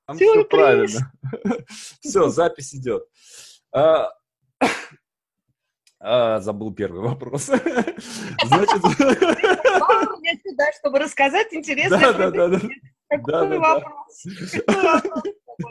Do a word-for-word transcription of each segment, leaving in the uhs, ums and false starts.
Там все Сюрприз! правильно. Все, запись идет. А, а, забыл первый вопрос. Значит, Меня сюда, чтобы рассказать интересное да, про да, да, да, бизнес. да, Какой да, да. вопрос? Какой вопрос?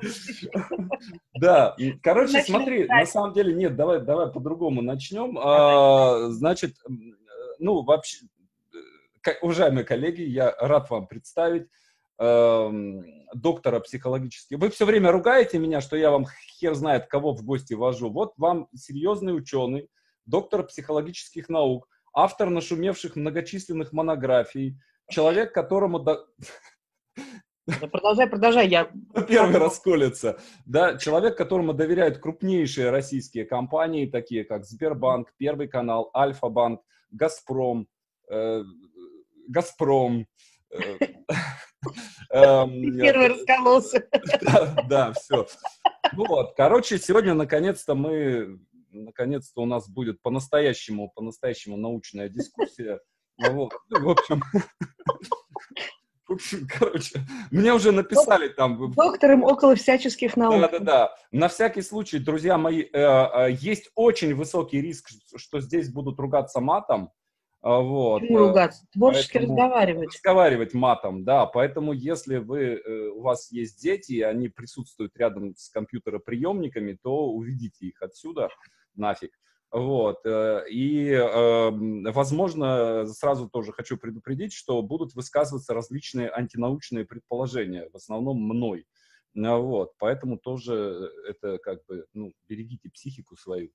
Да, короче, Начнем смотри, на читать. самом деле, нет, давай, давай по-другому начнем. Давай. А, значит, м, ну, вообще, э, ка- уважаемые коллеги, я рад вам представить эм, доктора психологических. Вы все время ругаете меня, что я вам хер знает кого в гости вожу. Вот вам серьезный ученый, доктор психологических наук, автор нашумевших многочисленных монографий, человек, которому... до- Да продолжай, продолжай. Я... Первый расколется. Да, человек, которому доверяют крупнейшие российские компании, такие как Сбербанк, Первый канал, Альфа-банк, Газпром, э, Газпром. э, эм, э, Первый раскололся. Да, да, все. Ну вот, короче, сегодня наконец-то мы, наконец-то у нас будет по-настоящему, по-настоящему научная дискуссия. Ну вот, ну, в общем, в общем, короче, мне уже написали там. Доктором около всяческих наук. Да-да-да. На всякий случай, друзья мои, э, э, есть очень высокий риск, что здесь будут ругаться матом. А, Вот. Почему э, ругаться? Творчески Поэтому разговаривать. разговаривать матом, да. Поэтому, если вы, э, у вас есть дети, и они присутствуют рядом с компьютероприемниками, то уведите их отсюда нафиг. Вот. э, И, э, возможно, сразу тоже хочу предупредить, что будут высказываться различные антинаучные предположения, в основном мной. Ну, вот, поэтому тоже это как бы, ну, берегите психику свою.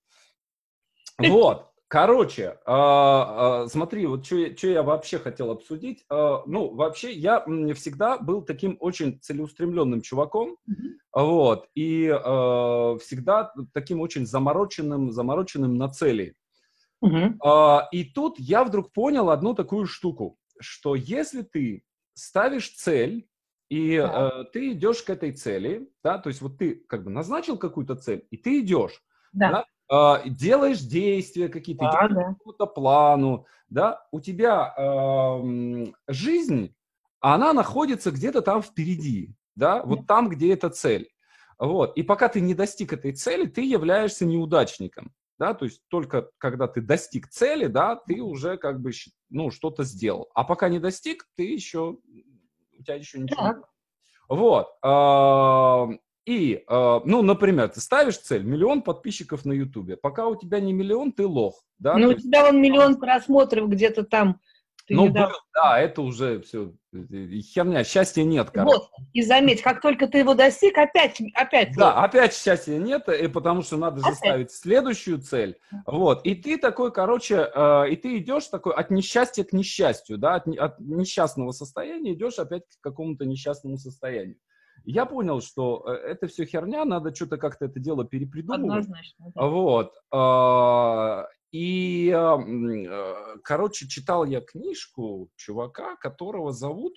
Вот, короче, а, а, смотри, вот что я, чё я вообще хотел обсудить. А, ну, вообще, я м, всегда был таким очень целеустремленным чуваком, Мгм. вот, и а, всегда таким очень замороченным, замороченным на цели. Мгм. А, и тут я вдруг понял одну такую штуку, что если ты ставишь цель, и Так. э, ты идешь к этой цели, да, то есть вот ты как бы назначил какую-то цель, и ты идешь, Да. да, а, делаешь действия какие-то, идешь Да, по да. какому-то плану, да, у тебя ам, жизнь, она находится где-то там впереди, да, Да. вот там, где эта цель. Вот. И пока ты не достиг этой цели, ты являешься неудачником. Да, то есть только когда ты достиг цели, да, ты уже как бы, щ- ну, что-то сделал. А пока не достиг, ты еще, у тебя еще ничего нет. Так. Вот. а, И, а, ну, например, ты ставишь цель миллион подписчиков на Ютубе. Пока у тебя не миллион, ты лох, да, Ну, то у есть, тебя вон миллион просмотров где-то там. Ты ну, был, недавно... да, это уже все херня, счастья нет, короче. Вот. И заметь, как только ты его достиг, опять, опять Да, лох. опять счастья нет, и потому что надо же Опять. ставить следующую цель. Вот. И ты такой, короче, э, и ты идешь такой от несчастья к несчастью, да, от, не- от несчастного состояния идешь опять к какому-то несчастному состоянию. Я понял, что э, это все херня, надо что-то как-то это дело перепридумывать. Однозначно, да. Вот. А, И, э, м, э, короче, читал я книжку чувака, которого зовут...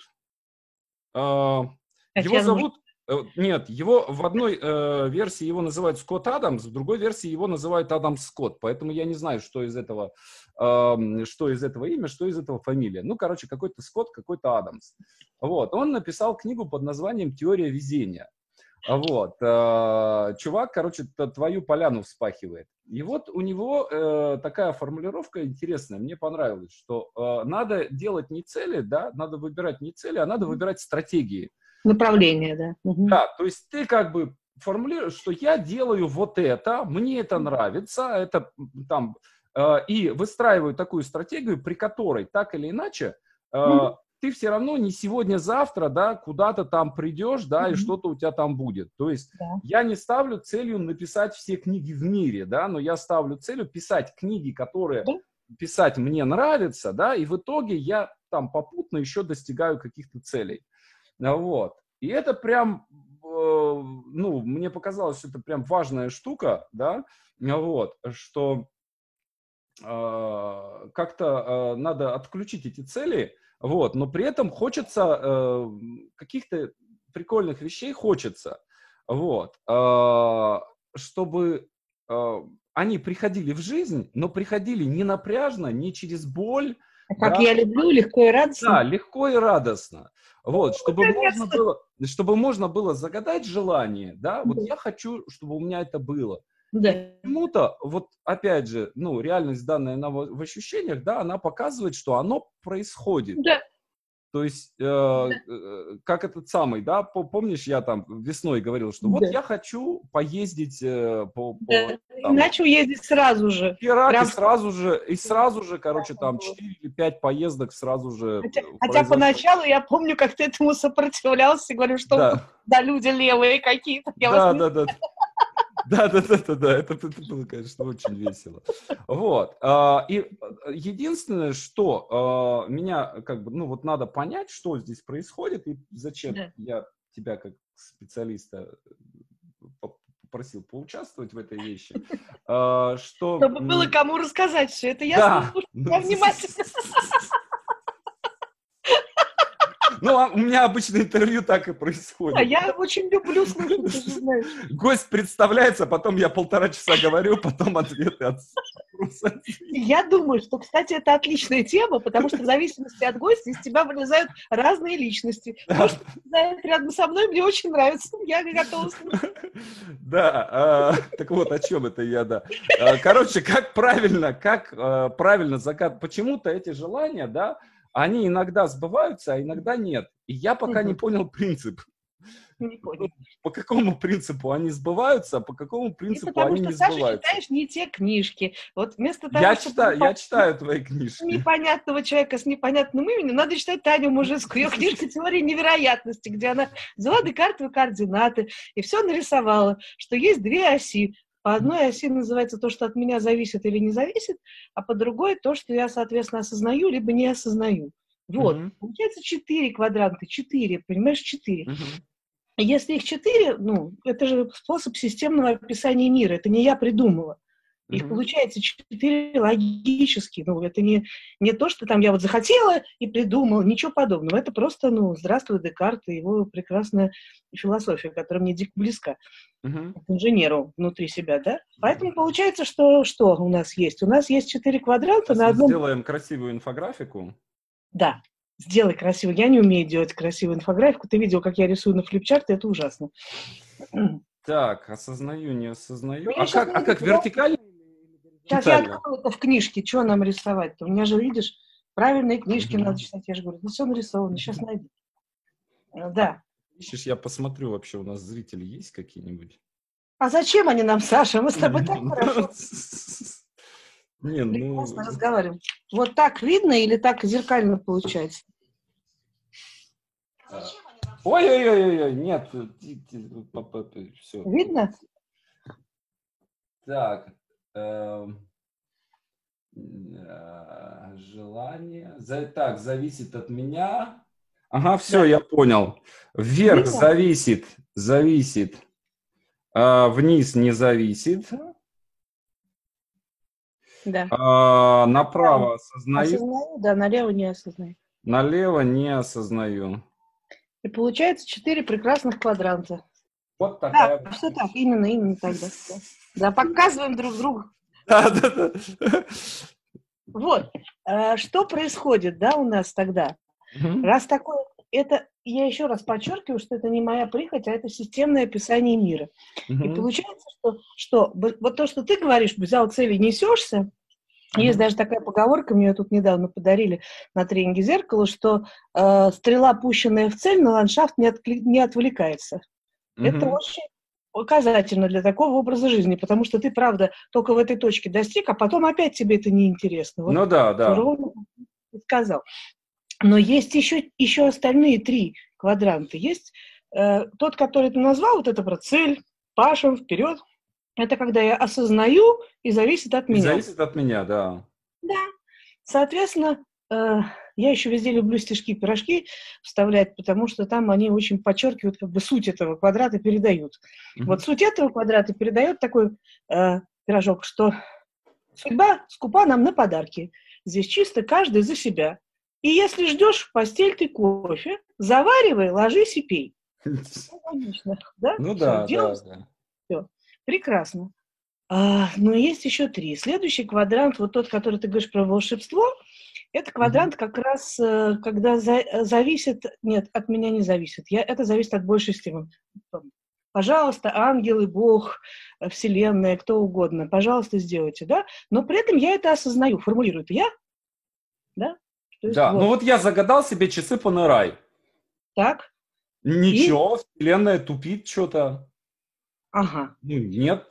а, Его Татьяна, может, зовут... э, Нет, его в одной э, версии его называют Скотт Адамс, в другой версии его называют Адамс Скотт. Поэтому я не знаю, что из этого, эм, что из этого имя, что из этого фамилия. Ну, короче, какой-то Скотт, какой-то Адамс. Вот. Он написал книгу под названием «Теория везения». А Вот. э, Чувак, короче, т- твою поляну вспахивает. И вот у него э, такая формулировка интересная, мне понравилась, что э, надо делать не цели, да, надо выбирать не цели, а надо выбирать стратегии. направление, да. Мгм. Да, то есть ты как бы формулируешь, что я делаю вот это, мне это нравится, это м, там, э, и выстраиваю такую стратегию, при которой так или иначе э, Мгм. ты все равно не сегодня-завтра, да, куда-то там придешь, да, и Мгм. что-то у тебя там будет. То есть Да. я не ставлю целью написать все книги в мире, да, но я ставлю целью писать книги, которые Да. писать мне нравится, да, и в итоге я там попутно еще достигаю каких-то целей. А, Вот. И это прям, э, ну, мне показалось, что это прям важная штука, да, а, вот, что э, как-то э, надо отключить эти цели, вот, но при этом хочется э, каких-то прикольных вещей хочется, вот, э, чтобы э, они приходили в жизнь, но приходили не напряжно, не через боль, Как да, я люблю, легко и да, радостно. легко и радостно. Вот, чтобы можно Наконец-то. было, чтобы можно было загадать желание, да, вот Да. я хочу, чтобы у меня это было. Да. И почему-то, вот опять же, ну, реальность, данная на, в ощущениях, да, она показывает, что оно происходит. Да. То есть, э, э, как этот самый, да, помнишь, я там весной говорил, что вот Да. я хочу поездить э, по... по Да. там, И начал ездить сразу же. в Ирак, и Прям сразу же, и сразу же, короче, страшно там было. четыре или пять поездок сразу же Хотя, э, хотя произошло. поначалу я помню, как ты этому сопротивлялся и говорил, что Да. да, люди левые какие-то. Я Да, вас не... да, да. Да, да, да, да, да, это, это было, конечно, очень весело. Вот. а, И единственное, что а, меня, как бы, ну вот надо понять, что здесь происходит, и зачем Да. я тебя как специалиста по- попросил поучаствовать в этой вещи, а, что... Чтобы было м, кому рассказать все это. Я Да. слушаю, я внимательно. Ну, а у меня обычно интервью так и А происходит. я очень люблю слушать, ты же знаешь. Гость представляется, потом я полтора часа говорю, потом ответы от... Я думаю, что, кстати, это отличная тема, потому что в зависимости от гостя из тебя вылезают разные личности. То, что знает рядом со мной, мне очень нравится. Я готова слушать. Да, а, так вот, о чем это я, да. А, короче, как правильно, как а, правильно закат... Почему-то эти желания, да, они иногда сбываются, а иногда нет. И я пока не Мгм. понял принцип. Не понял. По какому принципу они сбываются, а по какому И принципу потому они что, не Саша, сбываются. читаешь не те книжки. Вот вместо того, Я чтобы читаю, я напасть читаю твои книжки. непонятного человека с непонятным именем, надо читать Таню Мужицкую. Ее книжка «Теория невероятности», где она взяла Декартовы координаты и все нарисовала, что есть две оси. По одной оси называется то, что от меня зависит или не зависит, а по другой то, что я, соответственно, осознаю, либо не осознаю. Вот. Мгм. Получается четыре квадранта, четыре, понимаешь, четыре. Мгм. Если их четыре, ну, это же способ системного описания мира, это не я придумала. Их Мгм. получается четыре логически, ну, это не, не то, что там я вот захотела и придумала, ничего подобного. Это просто, ну, здравствуй, Декарт и его прекрасная философия, которая мне дико близка, Мгм. как инженеру внутри себя, да? Поэтому получается, что, что у нас есть? У нас есть четыре квадранта Сейчас на мы одном... сделаем красивую инфографику. Да, сделай красиво. Я не умею делать красивую инфографику. Ты видел, как я рисую на флипчарте, это ужасно. Так, осознаю, не осознаю. Ну, я А щас как, а найду, как давай. вертикально или Сейчас я горизонтально? открою это в книжке, что нам рисовать-то? У меня же, видишь, правильные книжки Мгм. надо читать, я же говорю, ну все нарисовано, сейчас найду. Э, Да. Ищешь, я посмотрю, вообще у нас зрители есть какие-нибудь? А зачем они нам, Саша? Мы с тобой так хорошо, Не, ну... прекрасно разговариваем. Вот так видно или так зеркально получается? Ой-ой-ой, нет, все. Видно? Так, эм, э, желание. За- Так, зависит от меня. Ага, все, Да. я понял. Вверх Видно? зависит, зависит, а вниз не зависит, Да. а направо осознаю, Осознаю, да, налево не осознаю. налево не осознаю. И получается четыре прекрасных квадранта. Вот Да, такая вот все вещь. так, именно, именно так, да. Да, Да, показываем друг другу. Да, да, да. Вот, э, что происходит, да, у нас тогда? Мгм. Раз такое, это, я еще раз подчеркиваю, что это не моя прихоть, а это системное описание мира. И Мгм. получается, что, что б- вот то, что ты говоришь, взял цель и несешься, есть Мгм. даже такая поговорка, мне ее тут недавно подарили на тренинге «Зеркало», что э, стрела, пущенная в цель, на ландшафт не, откли- не отвлекается. Это Мгм. очень показательно для такого образа жизни, потому что ты, правда, только в этой точке достиг, а потом опять тебе это неинтересно. Вот Ну да, да. ровно ты сказал. Но есть еще, еще остальные три квадранта. Есть э, тот, который ты назвал, вот это про цель, пашем, вперед. Это когда я осознаю и зависит от И меня. зависит от меня, да. Да. Соответственно, э, я еще везде люблю стишки-пирожки вставлять, потому что там они очень подчеркивают как бы суть этого квадрата, передают. Мгм. Вот суть этого квадрата передает такой э, пирожок, что судьба скупа нам на подарки. Здесь чисто каждый за себя. И если ждешь в постель ты кофе, заваривай, ложись и пей. Ну, конечно, да? Ну Все, да, делаем, да, да. все. Прекрасно. А, но есть еще три. Следующий квадрант, вот тот, который ты говоришь про волшебство, Это квадрант как раз, э, когда за- зависит... Нет, от меня не зависит. Я, это зависит от большей степени. Пожалуйста, ангелы, Бог, э, Вселенная, кто угодно, пожалуйста, сделайте, да? Но при этом я это осознаю, формулирую это я, да? То есть Да, ну вот вот я загадал себе часы Панерай. так. И, Ничего, Вселенная тупит что-то. ага. Ну, нет.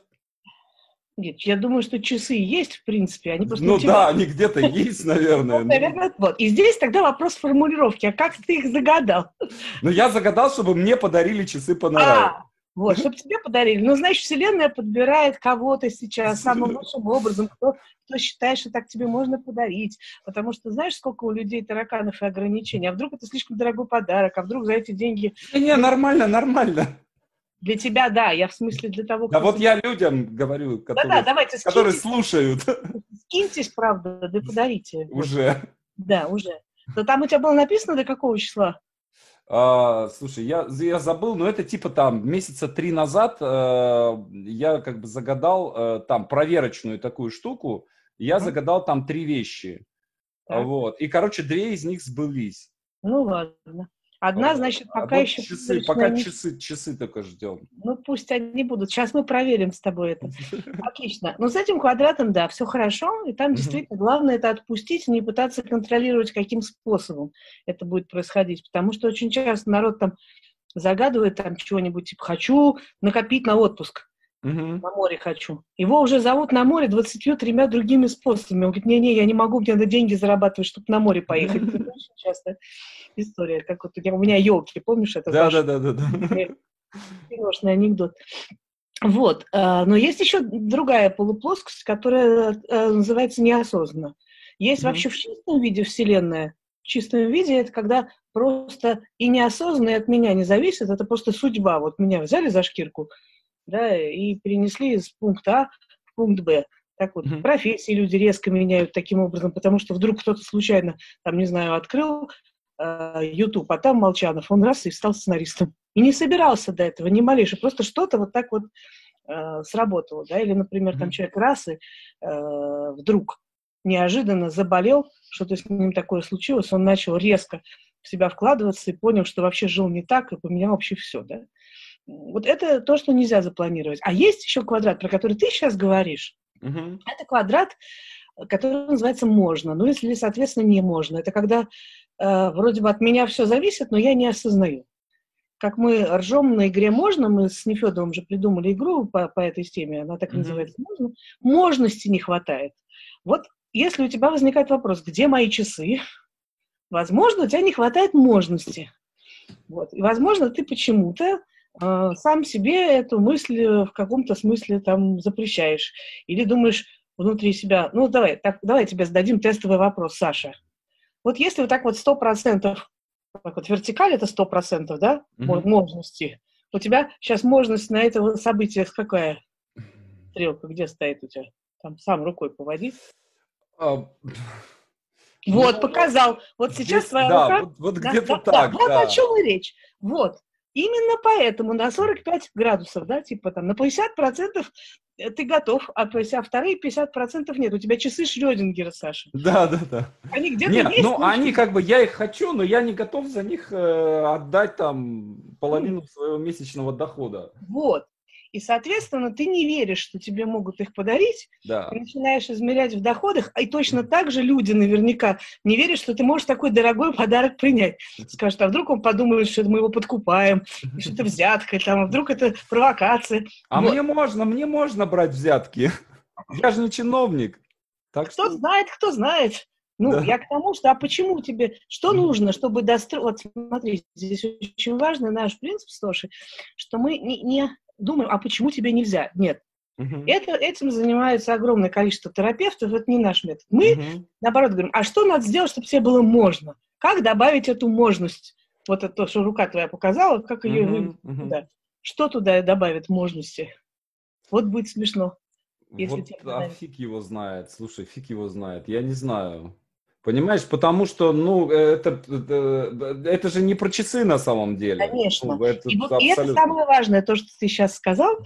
Нет, я думаю, что часы есть, в принципе, они просто не у Ну тебя. да, они где-то есть, наверное. Вот, Ну, наверное, вот. И здесь тогда вопрос формулировки. А как ты их загадал? но я загадал, чтобы мне подарили часы Панерай. А, вот, чтобы тебе подарили. Ну, значит, Вселенная подбирает кого-то сейчас самым лучшим образом, кто, кто считает, что так тебе можно подарить. Потому что знаешь, сколько у людей тараканов и ограничений? А вдруг это слишком дорогой подарок? А вдруг за эти деньги... Не, нормально, нормально. Для тебя, да, я в смысле для того, Да кто... вот тебя- я людям говорю, Да-да, которые, давайте которые скиньтесь, слушают скиньтесь, правда, да подарите. Вот. уже. Да, уже. Но там у тебя было написано, до какого числа? А, слушай, я, я забыл, но это типа там месяца три назад э, я как бы загадал э, там проверочную такую штуку. Я Мгм. загадал там три вещи. Так. Вот. И, короче, две из них сбылись. Ну ладно. Одна, Вот. значит, А пока вот еще часы, проверочная пока не- часы, часы только ждем. Ну, пусть они будут. Сейчас мы проверим с тобой это. Отлично. Ну, с этим квадратом, да, все хорошо. И там Мгм. действительно главное это отпустить, не пытаться контролировать, каким способом это будет происходить. Потому что очень часто народ там загадывает там чего-нибудь, типа, хочу накопить на отпуск. Мгм. На море хочу. Его уже зовут на море двадцатью тремя другими способами. Он говорит, не-не, я не могу, мне надо деньги зарабатывать, чтобы на море поехать. Это очень часто история. Как вот у меня елки, помнишь, это Да, ваш да, да, да, да. киношный анекдот. Вот. э, Но есть еще другая полуплоскость, которая э, называется неосознанно. Есть Мгм. вообще в чистом виде Вселенная. В чистом виде это когда просто и неосознанно, и от меня не зависит, это просто судьба. Вот меня взяли за шкирку, да, и перенесли из пункта А в пункт Б. Так вот, Мгм. профессии люди резко меняют таким образом, потому что вдруг кто-то случайно, там, не знаю, открыл э, YouTube, а там Молчанов, он раз и стал сценаристом. И не собирался до этого, ни малейшего, просто что-то вот так вот э, сработало, да, или, например, там Мгм. человек раз и э, вдруг неожиданно заболел, что-то с ним такое случилось, он начал резко в себя вкладываться и понял, что вообще жил не так, и поменял вообще все, да. Вот это то, что нельзя запланировать. А есть еще квадрат, про который ты сейчас говоришь. Мгм. Это квадрат, который называется «можно». Ну, если, соответственно, не можно. Это когда э, вроде бы от меня все зависит, но я не осознаю. Как мы ржем на игре «можно», мы с Нефедовым же придумали игру по, по этой теме, она так и Мгм. называется «можно», можности не хватает. Вот если у тебя возникает вопрос, где мои часы, возможно, у тебя не хватает можности. Вот. И, возможно, ты почему-то э, сам себе эту мысль э, в каком-то смысле там запрещаешь. Или думаешь внутри себя, ну, давай, так, давай тебе зададим тестовый вопрос, Саша. Вот если вот так вот сто процентов, так вот вертикаль это сто процентов, да, мо- Мгм. можности, у тебя сейчас можность на это событие какая стрелка, где стоит у тебя? Там сам рукой поводи. А, Вот, Ну, показал. Вот сейчас здесь, твоя да, рука. вот, вот Да, где-то да, да, так, вот о да. чем и речь. Вот. Именно поэтому на сорок пять градусов, да, типа там на пятьдесят процентов ты готов, а то есть, а вторые пятьдесят процентов нет. У тебя часы Шрёдингера, Саша. Да, да, да. Они где-то Нет, есть, ну но они еще как бы, я их хочу, но я не готов за них э, отдать там половину нет. своего месячного дохода. Вот. И, соответственно, ты не веришь, что тебе могут их подарить, ты Да. начинаешь измерять в доходах, а и точно так же люди наверняка не верят, что ты можешь такой дорогой подарок принять. Скажут, а вдруг он подумает, что мы его подкупаем, и что это взятка, там, а вдруг это провокация. А Вот. мне можно, мне можно брать взятки. Я же не чиновник. Так Кто что, знает, кто знает. Ну, да. я к тому, что, а почему тебе, что Мгм. нужно, чтобы достроить, вот смотри, здесь очень важный наш принцип, Стоши, что мы не, не думаем, а почему тебе нельзя? Нет. Мгм. Это, этим занимается огромное количество терапевтов, это не наш метод. Мы, Мгм. наоборот, говорим, а что надо сделать, чтобы тебе было можно? Как добавить эту можность? Вот это то, что рука твоя показала, как ее вывести Мгм. Мгм. туда? Что туда добавит можности? Вот будет смешно, если Вот, тебе а понравится. фиг его знает. Слушай, фиг его знает. Я не знаю. Понимаешь, потому что, ну, это, это, это же не про часы на самом деле. Конечно. Ну, это И, вот, и это абсолютно. самое важное, то, что ты сейчас сказал,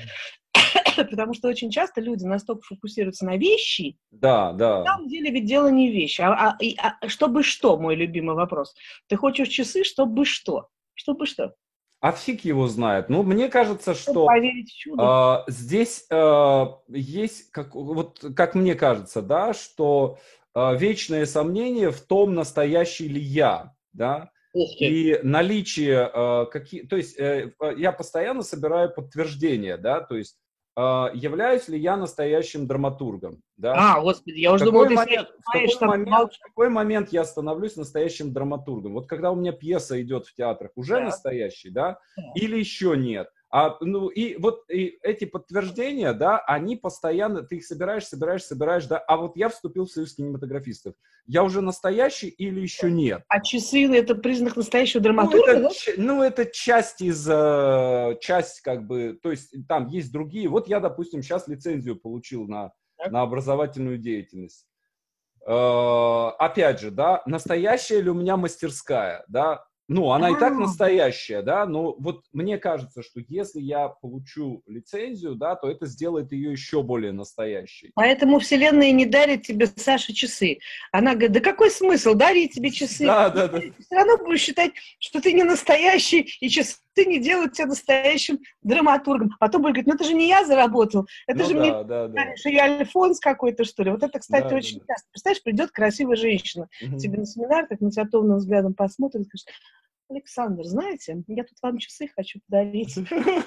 потому что очень часто люди настолько фокусируются на вещи, Да, на да. самом деле ведь дело не в вещи, а, а, и- а чтобы что, мой любимый вопрос. Ты хочешь часы, чтобы что? Чтобы что? А фиг его знает. Ну, мне кажется, Чтобы что поверить в чудо. а, здесь а, есть, как, вот, как мне кажется, да, что а, вечное сомнение в том, настоящий ли я, да, Ух ты. и наличие, а, какие, то есть э, я постоянно собираю подтверждения, да, то есть а, являюсь ли я настоящим драматургом, да, А, господи, я в уже думала, какой ты момент, сейчас в знаешь, какой что момент, в какой момент я становлюсь настоящим драматургом? Вот когда у меня пьеса идет в театрах, уже Так, настоящий, да, так. или еще нет? А, ну, и вот и эти подтверждения, да, они постоянно, ты их собираешь, собираешь, собираешь, да, а вот я вступил в союз кинематографистов. Я уже настоящий или еще нет? А часы — это признак настоящего Ну, драматурга, это, да? ч- ну, это часть из, э, часть как бы, то есть там есть другие. Вот я, допустим, сейчас лицензию получил на, Так. на образовательную деятельность. Э, опять же, да, настоящая ли у меня мастерская, да? Ну, она и так А, настоящая, да, но вот мне кажется, что если я получу лицензию, да, то это сделает ее еще более настоящей. Поэтому Вселенная не дарит тебе, Саша, часы. Она говорит, да какой смысл дарить тебе часы? Да, да, да, Ты все равно будешь считать, что ты не настоящий, и часы не делают тебя настоящим драматургом. Потом будет говорить, ну это же не я заработал, это ну же мне, да, да, да, что я Альфонс какой-то, что ли. Вот это, кстати, да, да, очень да. часто. Представляешь, придет красивая женщина к тебе Мгм. на семинар, так на тебя томным взглядом посмотрит и скажет, Александр, знаете, я тут вам часы хочу подарить.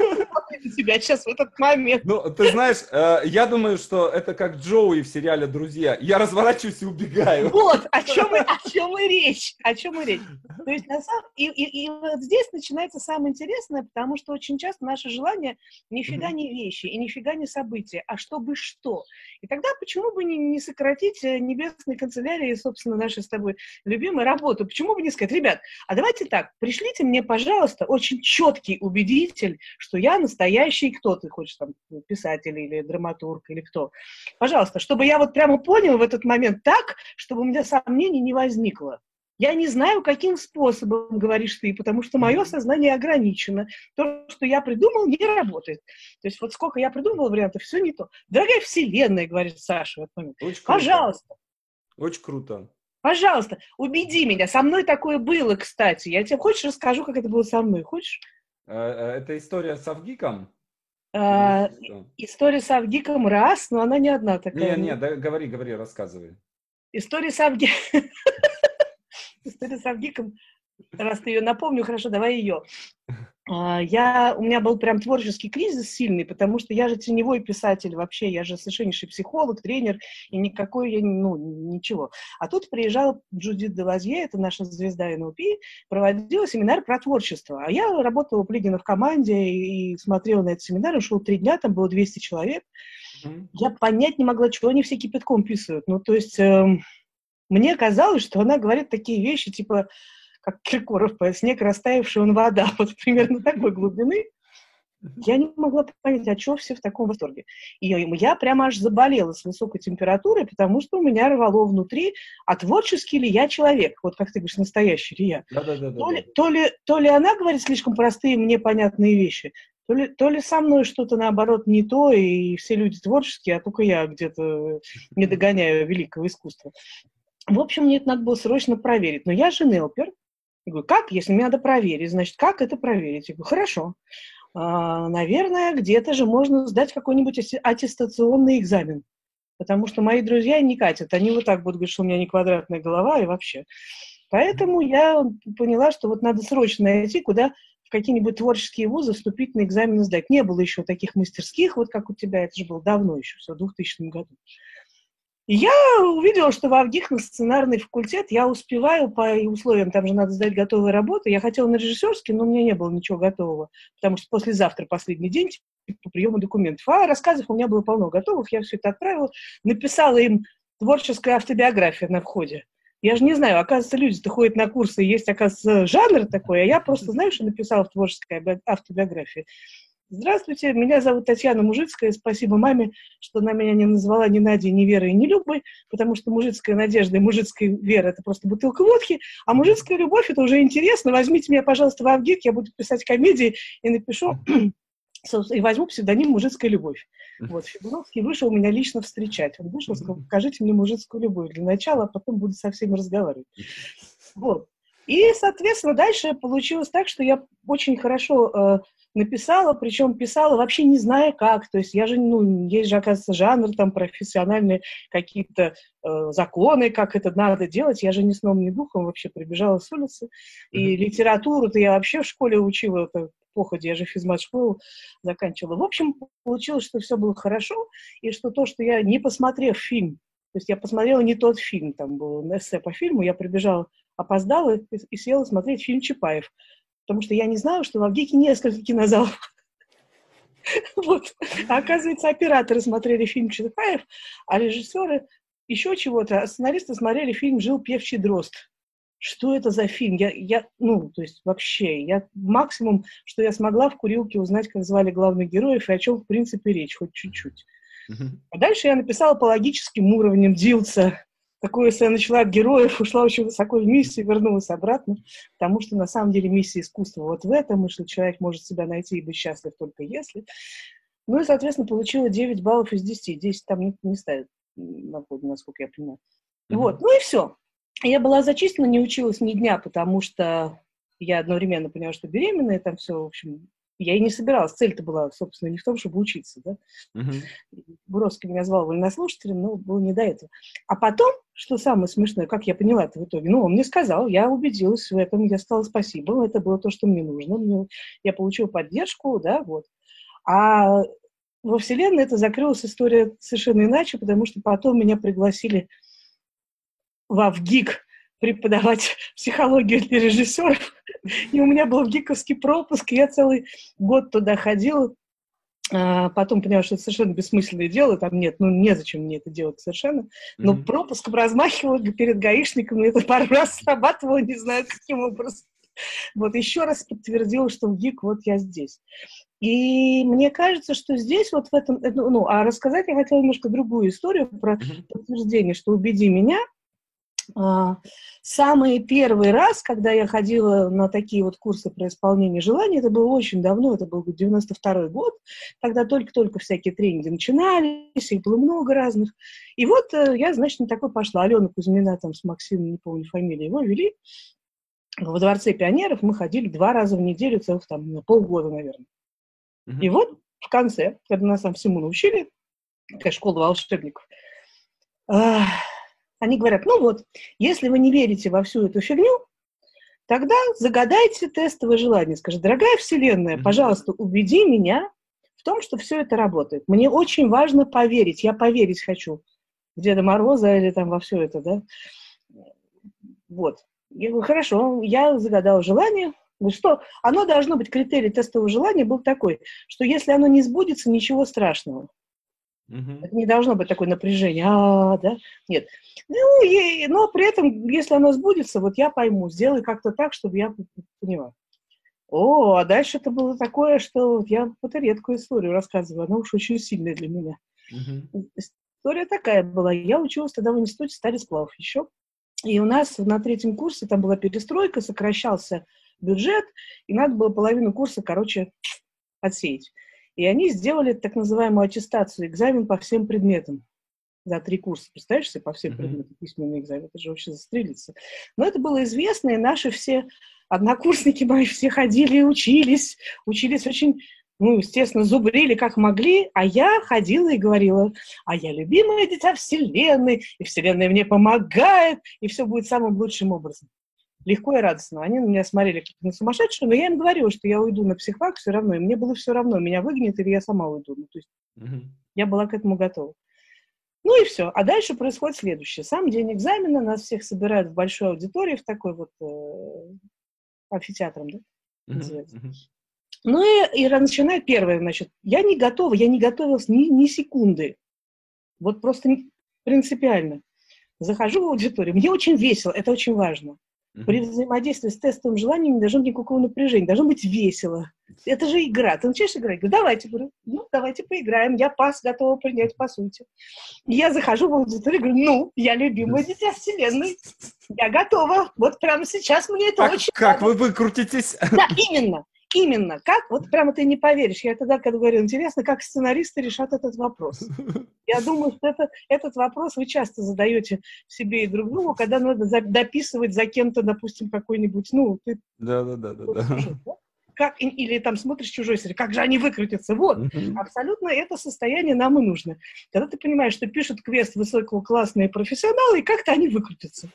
На тебя сейчас в этот момент. Ну, ты знаешь, э, я думаю, что это как Джоуи в сериале «Друзья». Я разворачиваюсь и убегаю. Вот, о чем, и, о чем и речь, о чем и речь. То есть, на самом, и, и, и вот здесь начинается самое интересное, потому что очень часто наше желание нифига Мгм. не вещи и нифига не события, а чтобы что. И тогда почему бы не, не сократить э, небесной канцелярии, собственно, нашей с тобой любимой работу? Почему бы не сказать, ребят, а давайте так, пришлите мне, пожалуйста, очень четкий убедитель, что я настоящий, кто ты хочешь, там, писатель или драматург или кто. Пожалуйста, чтобы я вот прямо понял в этот момент так, чтобы у меня сомнений не возникло. Я не знаю, каким способом говоришь ты, потому что мое Мгм. сознание ограничено. То, что я придумал, не работает. То есть вот сколько я придумала вариантов, все не то. Дорогая Вселенная, говорит Саша в этот момент, Очень круто. пожалуйста, Очень круто. пожалуйста, убеди меня. Со мной такое было, кстати. Я тебе, хочешь, расскажу, как это было со мной? Хочешь? Э, э, Это история с Авгиком? Или А, что? история с Авгиком раз, но она не одна Не, такая. не, да, говори, говори, рассказывай. История с Авгиком. История с Авгиком, раз ты ее напомню, хорошо, давай ее. А, Я, у меня был прям творческий кризис сильный, потому что я же теневой писатель вообще, я же совершеннейший психолог, тренер, и никакой я, ну, ничего. А тут приезжала Джудит Делазье, это наша звезда эн эл пи, проводила семинар про творчество. А я работала у Плигина в команде и смотрела на этот семинар, он шел три дня, там было двести человек. Мгм. Я понять не могла, чего они все кипятком писают. Ну, то есть эм, мне казалось, что она говорит такие вещи, типа, как Киркоров поет, снег растаявший, он вода. Вот примерно такой глубины. Я не могла понять, а чего все в таком восторге. И я прямо аж заболела с высокой температурой, потому что у меня рвало внутри, а творческий ли я человек, вот как ты говоришь, настоящий ли я. Да, да, да, да, То да. ли, то ли, то ли она говорит слишком простые мне понятные вещи, то ли, то ли со мной что-то, наоборот, не то, и все люди творческие, а только я где-то не догоняю великого искусства. В общем, мне это надо было срочно проверить. Но я же нелпер. Я говорю, как? Если мне надо проверить, значит, как это проверить? Я говорю, хорошо. А, наверное, где-то же можно сдать какой-нибудь аттестационный экзамен. Потому что мои друзья не катят. Они вот так будут говорить, что у меня не квадратная голова и вообще. Поэтому я поняла, что вот надо срочно найти, куда в какие-нибудь творческие вузы вступительные экзамены сдать. Не было еще таких мастерских, вот как у тебя. Это же было давно еще, все, в двухтысячном году. И я увидела, что в Авгик на сценарный факультет я успеваю по условиям, там же надо сдать готовые работы. Я хотела на режиссерский, но у меня не было ничего готового, потому что послезавтра последний день по приему документов. А рассказов у меня было полно готовых, я все это отправила, написала им творческая автобиография на входе. Я же не знаю, оказывается, люди-то ходят на курсы, есть, оказывается, жанр такой, а я просто знаю, что написала в творческой автобиографии. Здравствуйте, меня зовут Татьяна Мужицкая. Спасибо маме, что она меня не назвала ни Надей, ни Верой, ни Любой, потому что мужицкая надежда и мужицкая вера — это просто бутылка водки, а мужицкая любовь — это уже интересно. Возьмите меня, пожалуйста, в Авгик, я буду писать комедии и напишу, и возьму псевдоним «Мужицкая любовь». Вот, Федоровский вышел меня лично встречать. Он вышел, сказал: покажите мне мужицкую любовь для начала, а потом буду со всеми разговаривать. Вот. И, соответственно, дальше получилось так, что я очень хорошо э, написала, причем писала вообще не зная как. То есть я же, ну, есть же, оказывается, жанр, там, профессиональные какие-то э, законы, как это надо делать. Я же ни сном, ни духом вообще прибежала с улицы. И литературу-то я вообще в школе учила, это походе, я же физмат-школу заканчивала. В общем, получилось, что все было хорошо, и что то, что я, не посмотрев фильм, то есть я посмотрела не тот фильм, там был эссе по фильму, я прибежала, опоздала и, и села смотреть фильм Чапаев. Потому что я не знала, что в Авгике несколько кинозалов. Вот. А оказывается, операторы смотрели фильм Чапаев, а режиссеры еще чего-то, а сценаристы смотрели фильм «Жил певчий дрозд». Что это за фильм? Я, я, ну, то есть вообще, я максимум, что я смогла в курилке узнать, как звали главных героев и о чем, в принципе, речь, хоть чуть-чуть. А дальше я написала по логическим уровням Дилца. Такое, если я начала от героев, ушла очень высоко в миссию, вернулась обратно, потому что на самом деле миссия искусства вот в этом, и что человек может себя найти и быть счастлив только если. Ну и, соответственно, получила девять баллов из десяти. десять там не, не ставят, насколько я понимаю. Mm-hmm. Вот, ну и все. Я была зачислена, не училась ни дня, потому что я одновременно поняла, что беременная, там все, в общем, я и не собиралась. Цель-то была, собственно, не в том, чтобы учиться, да. Uh-huh. Буровский меня звал вольнослушателем, но было не до этого. А потом, что самое смешное, как я поняла это в итоге, ну, он мне сказал, я убедилась в этом, я сказала спасибо, это было то, что мне нужно, мне, я получила поддержку, да, вот. А во Вселенной это закрылась история совершенно иначе, потому что потом меня пригласили в Авгик преподавать психологию для режиссеров. И у меня был гиковский пропуск, и я целый год туда ходила. А потом поняла, что это совершенно бессмысленное дело, там нет, ну незачем мне это делать совершенно. Но mm-hmm. пропуском размахивала перед гаишником, и это пару раз срабатывало, не знаю, каким образом. Вот еще раз подтвердила, что в ГИК вот я здесь. И мне кажется, что здесь вот в этом... Ну, а рассказать я хотела немножко другую историю про mm-hmm. подтверждение, что «убеди меня». Самый первый раз, когда я ходила на такие вот курсы про исполнение желаний, это было очень давно, это был девяносто второй год, тогда только-только всякие тренинги начинались, их было много разных. И вот я, значит, на такой пошла. Алена Кузьмина там с Максимом, не помню фамилию, его вели. Во Дворце пионеров мы ходили два раза в неделю, целых там на полгода, наверное. Mm-hmm. И вот в конце, когда нас там всему научили, такая школа волшебников, они говорят, ну вот, если вы не верите во всю эту фигню, тогда загадайте тестовое желание. Скажи, дорогая Вселенная, пожалуйста, убеди меня в том, что все это работает. Мне очень важно поверить, я поверить хочу в Деда Мороза или там во все это, да. Вот. Я говорю, хорошо, я загадала желание. Говорю, что оно должно быть, критерий тестового желания был такой, что если оно не сбудется, ничего страшного. Uh-huh. Это не должно быть такое напряжение, а, да, нет. Ну, и, но при этом, если оно сбудется, вот я пойму, сделай как-то так, чтобы я поняла. О, а дальше это было такое, что вот я какую-то редкую историю рассказываю, она уж очень сильная для меня. Uh-huh. История такая была, я училась тогда в институте Старисплав еще, и у нас на третьем курсе там была перестройка, сокращался бюджет, и надо было половину курса, короче, отсеять. И они сделали так называемую аттестацию, экзамен по всем предметам за три курса. Представляешь себе, по всем mm-hmm. предметам письменный экзамен, это же вообще застрелиться. Но это было известно, и наши все однокурсники мои все ходили и учились, учились очень, ну, естественно, зубрили как могли, а я ходила и говорила, а я любимое дитя Вселенной, и Вселенная мне помогает, и все будет самым лучшим образом. Легко и радостно. Они на меня смотрели как на сумасшедшую, но я им говорила, что я уйду на психфак все равно, и мне было все равно, меня выгонят или я сама уйду. Ну, то есть mm-hmm. я была к этому готова. Ну и все. А дальше происходит следующее. Сам день экзамена, нас всех собирают в большой аудитории, в такой вот э, амфитеатром, да, mm-hmm. называется. Mm-hmm. Ну и, и начинаю первое, значит, я не готова, я не готовилась ни, ни секунды. Вот просто не, принципиально. Захожу в аудиторию, мне очень весело, это очень важно. При взаимодействии с тестовым желанием не должно быть никакого напряжения, должно быть весело. Это же игра. Ты начинаешь играть? Говорю, давайте, говорю, ну, давайте поиграем. Я пас готова принять, по сути. И я захожу в аудиторию, говорю, ну, я любимое дитя вселенной. Я готова. Вот прямо сейчас мне это Как, очень как надо. вы выкрутитесь? Да, именно. Именно. Как? Вот прямо ты не поверишь. Я тогда, когда говорю, интересно, как сценаристы решат этот вопрос. Я думаю, что это, этот вопрос вы часто задаете себе и друг другу, когда надо за, дописывать за кем-то, допустим, какой-нибудь, ну, ты... Да, да, да, да, да. Как, или там смотришь чужой сериал, как же они выкрутятся. Вот, абсолютно это состояние нам и нужно. Когда ты понимаешь, что пишут квест высокого классные профессионалы, и как-то они выкрутятся.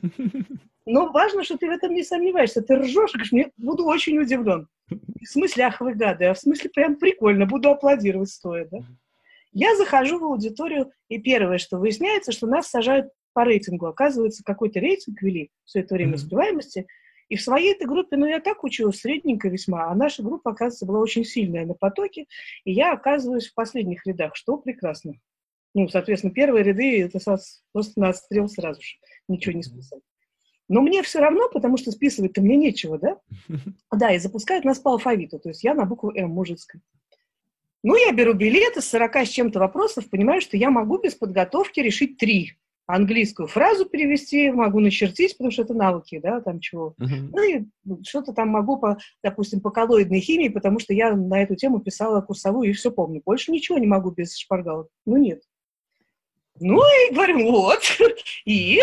Но важно, что ты в этом не сомневаешься. Ты ржешь, и говоришь, мне буду очень удивлен. В смысле, ах вы гады, а в смысле прям прикольно, буду аплодировать стоя, да? Я захожу в аудиторию, и первое, что выясняется, что нас сажают по рейтингу. Оказывается, какой-то рейтинг вели все это время успеваемости. И в своей-то группе, ну, я так училась, средненько весьма, а наша группа, оказывается, была очень сильная на потоке, и я оказываюсь в последних рядах, что прекрасно. Ну, соответственно, первые ряды, это просто на отстрел сразу же, ничего не списать. Но мне все равно, потому что списывать-то мне нечего, да? Да, и запускают нас по алфавиту, то есть я на букву М, мужицкая. Ну, я беру билет из сорока с чем-то вопросов, понимаю, что я могу без подготовки решить три. Английскую фразу перевести, могу начертить, потому что это навыки, да, там чего. Uh-huh. Ну и что-то там могу, по, допустим, по коллоидной химии, потому что я на эту тему писала курсовую и все помню. Больше ничего не могу без шпаргалок. Ну нет. Ну и говорю, вот. И?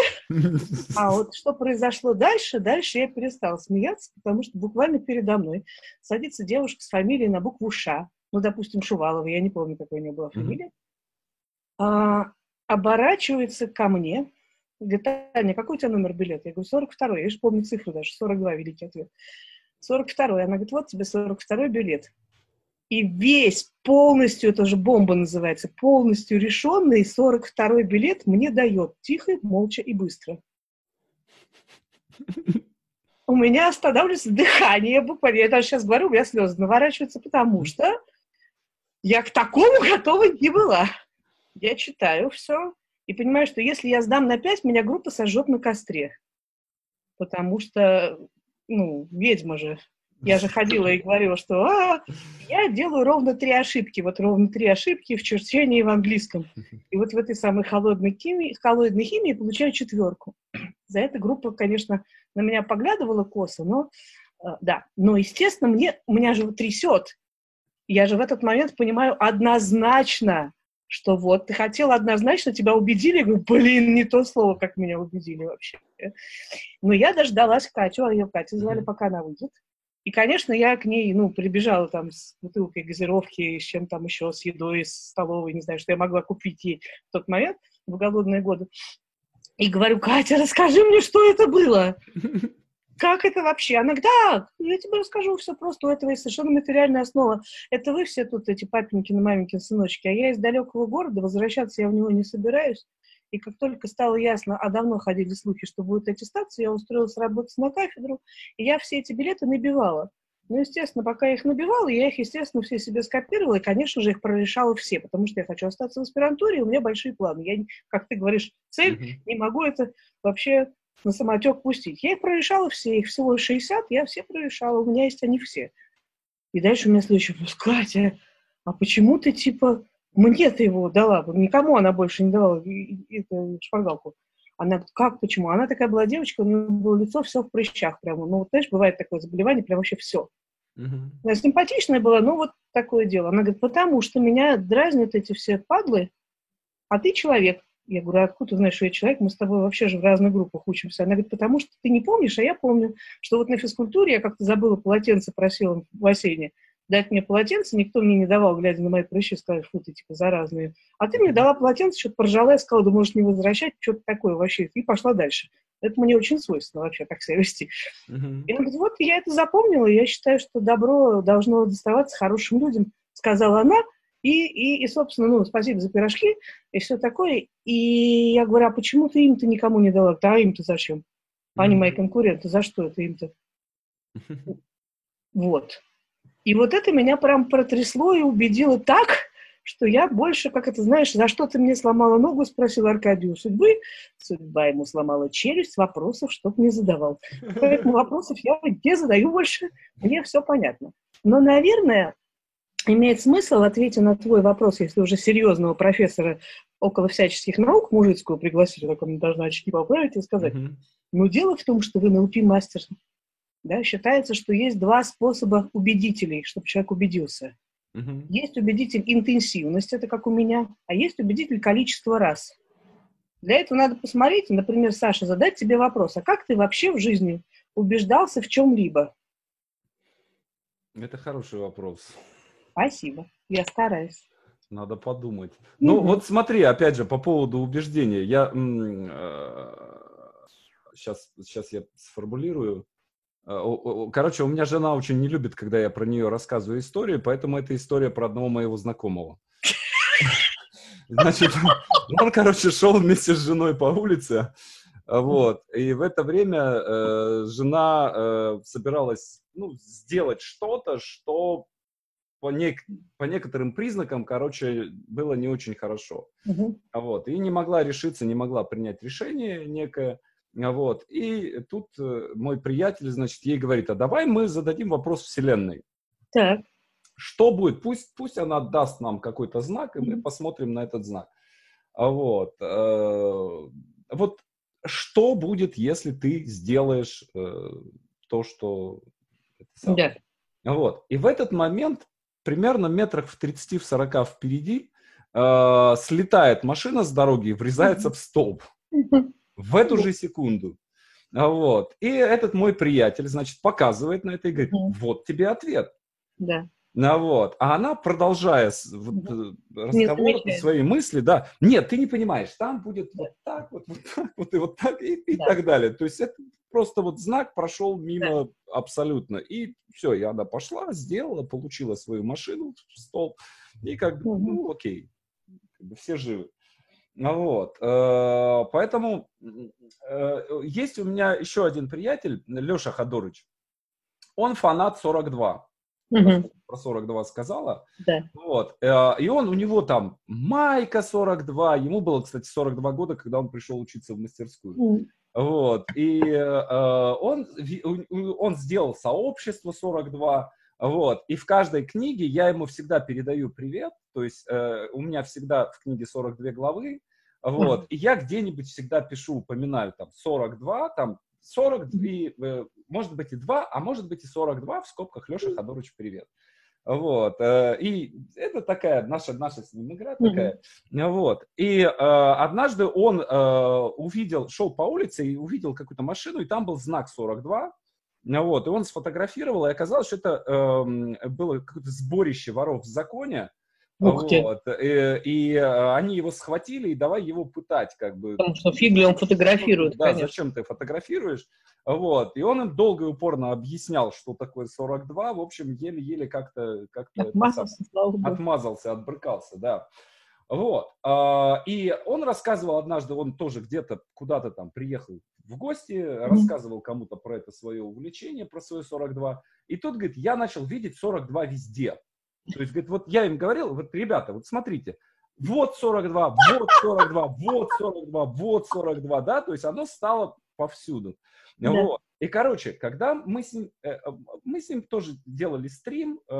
А вот что произошло дальше? Дальше я перестала смеяться, потому что буквально передо мной садится девушка с фамилией на букву Ш. Ну, допустим, Шувалова, я не помню, какой у нее была фамилия. Uh-huh. Оборачивается ко мне, говорит, Таня, какой у тебя номер билета? Я говорю, сорок второй, я же помню цифру даже, сорок два, великий ответ. сорок второй, она говорит, вот тебе сорок второй билет. И весь полностью, это же бомба называется, полностью решенный сорок второй билет мне дает, тихо, молча и быстро. У меня останавливается дыхание, буквально, я даже сейчас говорю, у меня слезы наворачиваются, потому что я к такому готова не была. Я читаю все и понимаю, что если я сдам на пять, меня группа сожжет на костре. Потому что, ну, ведьма же. Я же ходила и говорила, что а, я делаю ровно три ошибки. Вот ровно три ошибки в черчении в английском. И вот в этой самой холодной химии, холодной химии получаю четверку. За это группа, конечно, на меня поглядывала косо, но э, да. Но, естественно, мне, меня же трясет. Я же в этот момент понимаю однозначно, что вот, ты хотел однозначно, тебя убедили, я говорю, блин, не то слово, как меня убедили вообще. Но я дождалась Катю, а ее Катю звали, пока она выйдет. И, конечно, я к ней, ну, прибежала там с бутылкой газировки, с чем там еще, с едой, с столовой, не знаю, что я могла купить ей в тот момент, в голодные годы. И говорю, Катя, расскажи мне, что это было. Как это вообще? Она говорит, да, я тебе расскажу, все просто, у этого есть совершенно материальная основа. Это вы все тут, эти папенькины, маменькины сыночки, а я из далекого города, возвращаться я в него не собираюсь. И как только стало ясно, а давно ходили слухи, что будет аттестация, я устроилась работать на кафедру, и я все эти билеты набивала. Ну, естественно, пока я их набивала, я их, естественно, все себе скопировала, и, конечно же, их прорешала все, потому что я хочу остаться в аспирантуре, и у меня большие планы. Я, как ты говоришь, цель, mm-hmm. не могу это вообще на самотек пустить. Я их прорешала все, их всего шестьдесят, я все прорешала, у меня есть они все. И дальше у меня следующий вопрос, Катя, а почему ты, типа, мне ты его дала? Никому она больше не давала эту шпаргалку. Она говорит, как, почему? Она такая была девочка, у нее было лицо все в прыщах прямо. Ну, вот, знаешь, бывает такое заболевание, прям вообще все. Uh-huh. Она симпатичная была, но вот такое дело. Она говорит, потому что меня дразнят эти все падлы, а ты человек. Я говорю, а откуда ты знаешь, что я человек? Мы с тобой вообще же в разных группах учимся. Она говорит, потому что ты не помнишь, а я помню, что вот на физкультуре я как-то забыла полотенце, просила в бассейне дать мне полотенце, никто мне не давал, глядя на мои прыщи, сказали, фу, ты типа заразные. А ты мне дала полотенце, что-то поржала, я сказала, да можешь не возвращать, что-то такое вообще, и пошла дальше. Это мне очень свойственно вообще так себя вести. Uh-huh. И она говорит, вот я это запомнила, я считаю, что добро должно доставаться хорошим людям, сказала она, и, и, и собственно, ну, спасибо за пирожки, и все такое. И я говорю, а почему ты им-то никому не дала? А им-то зачем? Они uh-huh. мои конкуренты, за что это им-то? Uh-huh. Вот. И вот это меня прям протрясло и убедило так, что я больше, как это знаешь, за что ты мне сломала ногу, спросил Аркадию судьбы. Судьба ему сломала челюсть, вопросов чтоб не задавал. Поэтому вопросов я не задаю больше, мне все понятно. Но, наверное, имеет смысл, ответить на твой вопрос, если уже серьезного профессора около всяческих наук мужицкого пригласили, так он должна очки поправить и сказать, Мгм. ну, дело в том, что в эн эл пи-мастер, да, считается, что есть два способа убедителей, чтобы человек убедился. Мгм. Есть убедитель интенсивность, это как у меня, а есть убедитель количество раз. Для этого надо посмотреть, например, Саша, задать тебе вопрос, а как ты вообще в жизни убеждался в чем-либо? Это хороший вопрос. Спасибо, я стараюсь. Надо подумать. Ну, Мгм. вот смотри, опять же, по поводу убеждения. Я сейчас, сейчас я сформулирую. Э, о- о- Короче, у меня жена очень не любит, когда я про нее рассказываю историю, поэтому это история про одного моего знакомого. Значит, он, короче, шел вместе с женой по улице, а, вот, и в это время э, жена э, собиралась, ну, сделать что-то, что по, нек- по некоторым признакам, короче, было не очень хорошо. Мгм. А вот, и не могла решиться, не могла принять решение некое. А вот, и тут э, мой приятель, значит, ей говорит, а давай мы зададим вопрос Вселенной. Так. Что будет? Пусть, пусть она даст нам какой-то знак, и мы Мгм. посмотрим на этот знак. А вот, э, вот что будет, если ты сделаешь э, то, что это самое. Да. Вот. И в этот момент, примерно метрах в тридцати-сорока впереди, э, слетает машина с дороги и врезается в столб. Мгм. В эту же секунду. А вот. И этот мой приятель, значит, показывает на это и говорит, Мгм. вот тебе ответ. Да. Ну, вот. А она, продолжая с- вот, Мгм. э, Не разговор, замечает. свои мысли, да, нет, ты не понимаешь, там будет Да. вот так вот, вот так вот и вот так, и, и Да. так далее. То есть это просто вот знак прошел Да. мимо абсолютно. И все, и она пошла, сделала, получила свою машину в стол, и как бы, Мгм. ну, окей, как бы все живы. Ну вот, э, поэтому м, э, есть у меня еще один приятель, Леша Ходорыч, он фанат сорок два. Раз Мгм. ты про сорок два сказала. Да. Вот. э, И он, у него там майка сорок два. Ему было, кстати, сорок два года, когда он пришел учиться в мастерскую. М. Вот. И э, он, ви- у- у- он сделал сообщество сорок два. Вот. И в каждой книге я ему всегда передаю привет. То есть э, у меня всегда в книге сорок две главы. Вот. Ага. И я где-нибудь всегда пишу, упоминаю там сорок два, там сорок, Мгм. и, э, может быть и два, а может быть и сорок два, в скобках Леша Ходорович, привет. Вот, э, и это такая наша, наша с ним игра Мгм. такая, вот, и э, однажды он э, увидел, шел по улице и увидел какую-то машину, и там был знак сорок два, вот, и он сфотографировал, и оказалось, что это эм, было какое-то сборище воров в законе, Ух ты. вот, и, и э, они его схватили, и давай его пытать, как бы, Потому что фиг ли он фотографирует, да, конечно. зачем ты фотографируешь? Вот. И он им долго и упорно объяснял, что такое сорок два. В общем, еле-еле как-то как это сам Отмазался, слава богу. отмазался, отбрыкался, да. Вот. А, И он рассказывал однажды, он тоже где-то куда-то там приехал в гости, Мгм. рассказывал кому-то про это свое увлечение, про свое сорок два. И тут, говорит, я начал видеть сорок два везде. То есть, говорит, вот я им говорил, вот, ребята, вот смотрите, вот сорок два, вот сорок два, вот сорок два, вот сорок два, да, то есть оно стало повсюду. Да. Вот. И, короче, когда мы с ним, э, э, мы с ним тоже делали стрим, э,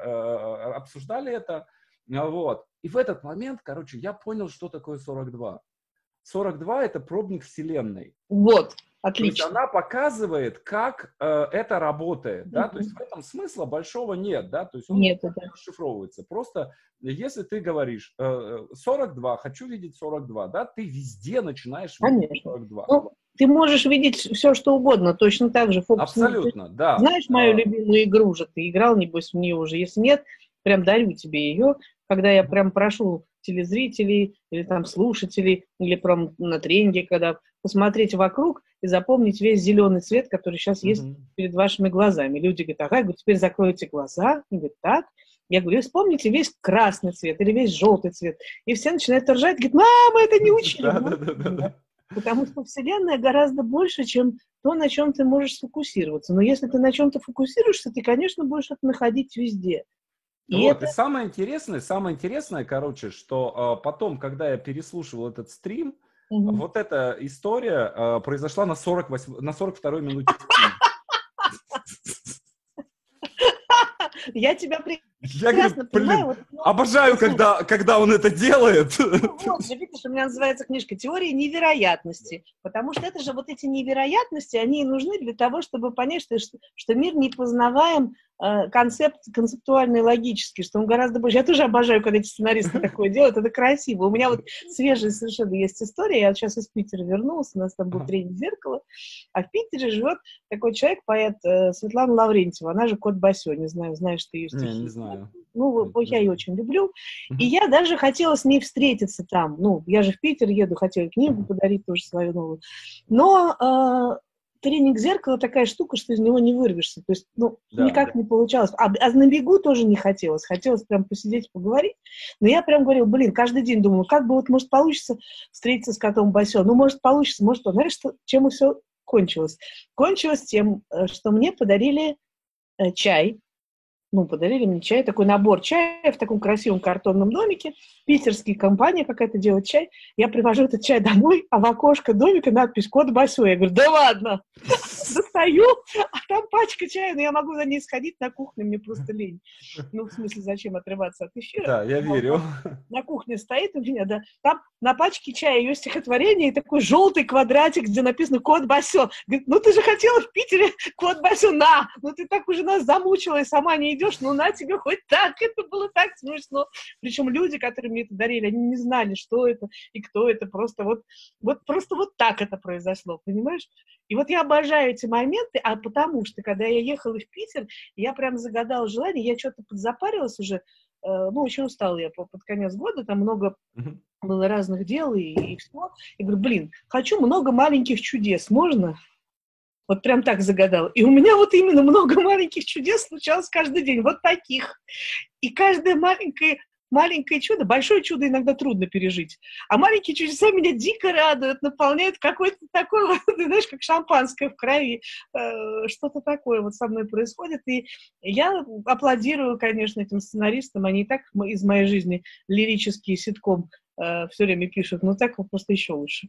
э, обсуждали это, э, вот. И в этот момент, короче, я понял, что такое сорок два. сорок два это пробник Вселенной. Вот. То есть Отлично. она показывает, как э, это работает, да, то есть Мгм. в этом смысла большого нет, да, то есть он Нет, никак это. не расшифровывается. Просто если ты говоришь э, сорок два, хочу видеть сорок два, да, ты везде начинаешь видеть Конечно. сорок два. Ну, ты можешь видеть все, что угодно, точно так же. Фокус. Ну, ты Абсолютно, да. знаешь мою А, любимую игру же? Ты играл, небось, в нее уже. Если нет, прям дарю тебе ее, когда я мгм, прям прошу телезрителей или там слушателей, или прям на тренинге, когда посмотреть вокруг и запомнить весь зеленый цвет, который сейчас есть мгм. перед вашими глазами. Люди говорят, ага, я говорю, теперь закройте глаза. И говорят, так. Я говорю, вспомните весь красный цвет или весь желтый цвет. И все начинают ржать, говорят, мама, это не учили. Да, Ну, да, да, да, да. да. Потому что Вселенная гораздо больше, чем то, на чем ты можешь сфокусироваться. Но если ты на чем-то фокусируешься, ты, конечно, будешь это находить везде. И Вот, и это... самое интересное, самое интересное, короче, что а, потом, когда я переслушивал этот стрим, Мгм. вот эта история а, произошла на сорок восьмой, на сорок второй минуте стрима. Я тебя Я прекрасно говорю, понимаю. блин, Вот, обожаю, когда, когда он это делает. ну, вот же, видишь, у меня называется книжка «Теория невероятности», потому что это же вот эти невероятности, они и нужны для того, чтобы понять, что, что мир не познаваем э, концепт, концептуально и логически, что он гораздо больше. Я тоже обожаю, когда эти сценаристы такое делают, это красиво. У меня вот свежая совершенно есть история, я вот сейчас из Питера вернулась, у нас там был тренинг «Зеркало», а в Питере живет такой человек, поэт э, Светлана Лаврентьева, она же Кот Басё, не знаю, знаешь ты ее стихи? Не, не знаю. Ну, Нет, я не ее очень люблю. И я даже хотела с ней встретиться там. Ну, я же в Питер еду, хотела книгу подарить тоже свою новую. Но э, тренинг «Зеркало» такая штука, что из него не вырвешься. То есть, ну, да, никак да. не получалось. А, а на бегу тоже не хотелось. Хотелось прям посидеть, поговорить. Но я прям говорила, блин, каждый день думаю, как бы вот, может, получится встретиться с котом Басё. Ну, может, получится, может, он. Знаешь, что, чем и все кончилось? Кончилось тем, что мне подарили э, чай. Ну, подарили мне чай, такой набор чая в таком красивом картонном домике. Питерская компания какая-то делает чай. Я привожу этот чай домой, а в окошко домика надпись «Кот Басё». Я говорю, да ладно! Достаю, а там пачка чая, но я могу за ней сходить на кухню, мне просто лень. Ну, в смысле, зачем отрываться от эфира? Да, я верю. На кухне стоит у меня, да, там на пачке чая ее стихотворение и такой желтый квадратик, где написано «Кот Басё». Говорит, ну ты же хотела в Питере «Кот Басё», на! Ну ты так уже нас замучила и сама не идешь, ну на тебе хоть так, это было так смешно. Причем люди, которые мне это дарили, они не знали, что это и кто это, просто вот, вот, просто вот так это произошло, понимаешь? И вот я обожаю эти моменты, а потому что, когда я ехала в Питер, я прям загадала желание, я что-то подзапарилась уже, ну, очень устала я под конец года, там много было разных дел и, и всего. И говорю, блин, хочу много маленьких чудес, можно? Вот прям так загадала. И у меня вот именно много маленьких чудес случалось каждый день, вот таких. И каждое маленькое, маленькое чудо, большое чудо иногда трудно пережить, а маленькие чудеса меня дико радуют, наполняют какой-то такой, вот, ты знаешь, как шампанское в крови, э, что-то такое вот со мной происходит, и я аплодирую, конечно, этим сценаристам, они и так из моей жизни лирический ситком э, все время пишут, но так вот просто еще лучше.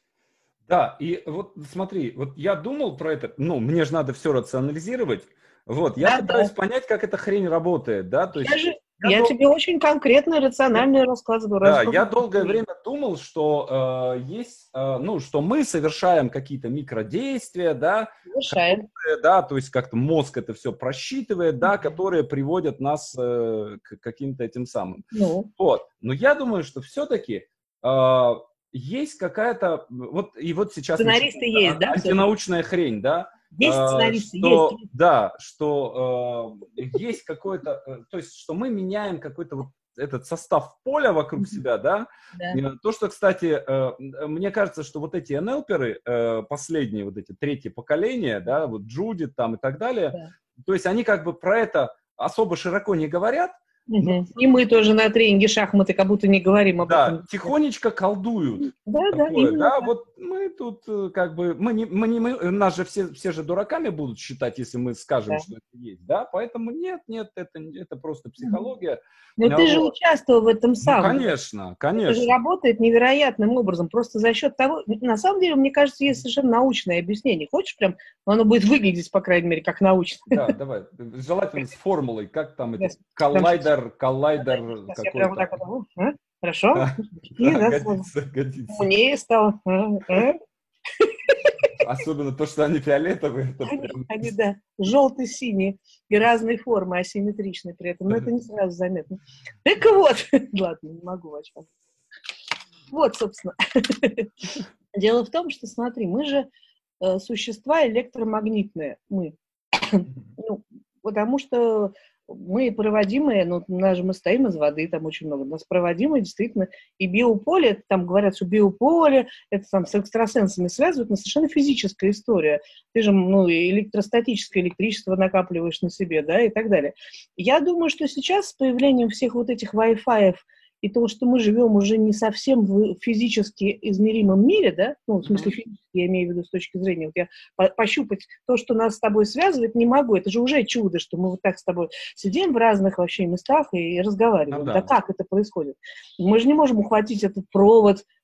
Да, и вот смотри, вот я думал про это, ну, мне же надо все рационализировать, вот, я да, пытаюсь да. понять, как эта хрень работает, да, то есть... Я, же, я, я дол... тебе очень конкретно, рационально я... рассказываю. Да, я долгое время думал, что э, есть, э, ну, что мы совершаем какие-то микродействия, да, совершаем. которые, да, то есть как-то мозг это все просчитывает, да, которые приводят нас э, к каким-то этим самым. Ну. Вот, но я думаю, что все-таки... Э, есть какая-то, вот и вот сейчас сценаристы есть, да? антинаучная хрень, да? Есть э, сценаристы, что, есть. Да, что э, есть какой-то, э, то есть, что мы меняем какой-то вот этот состав поля вокруг себя, да? Да. То, что, кстати, э, мне кажется, что вот эти эн эл-перы, э, последние вот эти, третье поколение, да, вот Джудит там и так далее, Да. то есть они как бы про это особо широко не говорят. Угу. И мы тоже на тренинге шахматы как будто не говорим об да, этом. Да, тихонечко колдуют. Да, такое, да, да, так. вот мы тут как бы, мы не, мы не, мы, нас же все, все же дураками будут считать, если мы скажем, да. что это есть, да, поэтому нет, нет, это, это просто психология. Но ну, ты же участвовал в этом сам. Ну, конечно, конечно. Это же работает невероятным образом, просто за счет того, на самом деле, мне кажется, есть совершенно научное объяснение. Хочешь прям, оно будет выглядеть, по крайней мере, как научное. Да, давай, желательно с формулой, как там это, коллайдер, коллайдер какой-то. Хорошо? Годится, годится. Умнее стало. Особенно то, что они фиолетовые. Они, они, да, желто-синие и разной формы, асимметричные при этом, но это не сразу заметно. Так вот, ладно, не могу вообще. Вот, собственно. Дело в том, что, смотри, мы же э, существа электромагнитные, мы. ну, потому что мы проводимые, ну, у нас же мы стоим из воды, там очень много, у нас проводимые действительно, и биополе, там говорят, что биополе, это там с экстрасенсами связывают, но совершенно физическая история. Ты же, ну, электростатическое электричество накапливаешь на себе, да, и так далее. Я думаю, что сейчас с появлением всех вот этих Wi-Fi и того, что мы живем уже не совсем в физически измеримом мире, да, ну, в смысле физически, я имею в виду с точки зрения, вот я по- пощупать то, что нас с тобой связывает, не могу, это же уже чудо, что мы вот так с тобой сидим в разных вообще местах и разговариваем. Ну, да. да как это происходит? Мы же не можем ухватить этот провод,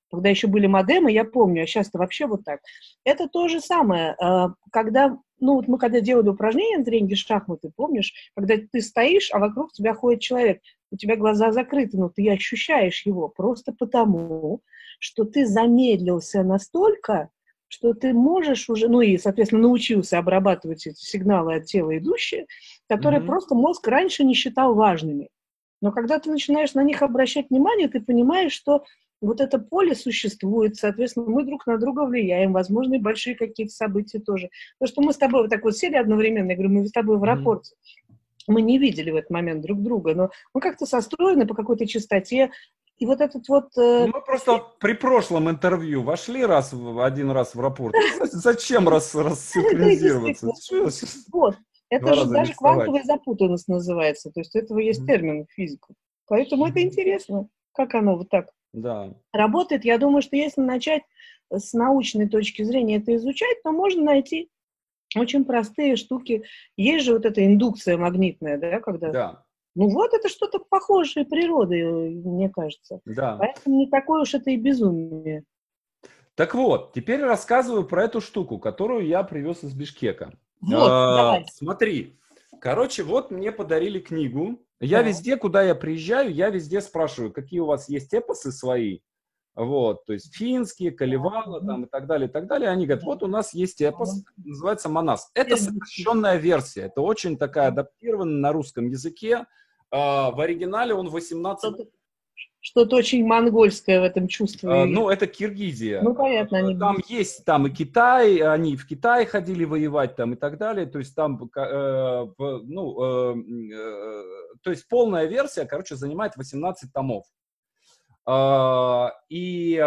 когда еще были модемы, я помню, а сейчас-то вообще вот так. Это то же самое, когда, ну вот мы когда делали упражнения на тренинге шахматы, помнишь, когда ты стоишь, а вокруг тебя ходит человек, у тебя глаза закрыты, но ты ощущаешь его просто потому, что ты замедлился настолько, что ты можешь уже, ну и, соответственно, научился обрабатывать эти сигналы от тела идущие, которые mm-hmm. просто мозг раньше не считал важными. Но когда ты начинаешь на них обращать внимание, ты понимаешь, что вот это поле существует, соответственно, мы друг на друга влияем, возможно, и большие какие-то события тоже. Потому что мы с тобой вот так вот сели одновременно, я говорю, мы с тобой в аэропорте, mm-hmm. мы не видели в этот момент друг друга, но мы как-то состроены по какой-то частоте. И вот этот вот... Э... Мы просто при прошлом интервью вошли раз, один раз в аэропорт. Зачем раз, рассинхронизироваться? Вот. Это же даже квантовая запутанность называется. То есть у этого есть термин в физику. Поэтому это интересно, как оно вот так работает. Я думаю, что если начать с научной точки зрения это изучать, то можно найти очень простые штуки. Есть же вот эта индукция магнитная, да, когда... Да. Ну вот это что-то похожее природы, мне кажется. Да. Поэтому не такое уж это и безумие. Так вот, теперь рассказываю про эту штуку, которую я привез из Бишкека. Вот, а, давай. Смотри, короче, вот мне подарили книгу. Я да. везде, куда я приезжаю, я везде спрашиваю, какие у вас есть эпосы свои. Вот, то есть финские, Калевала, там и так далее, и так далее. Они говорят, вот у нас есть эпос, называется «Манас». Это сокращенная версия, это очень такая адаптированная на русском языке. В оригинале он восемнадцать... Что-то, что-то очень монгольское в этом чувстве. А, ну, это Киргизия. Ну, понятно. Они там будут... есть, там и Китай, они в Китай ходили воевать там и так далее. То есть там, э, ну, э, э, то есть полная версия, короче, занимает восемнадцать томов. Э, и...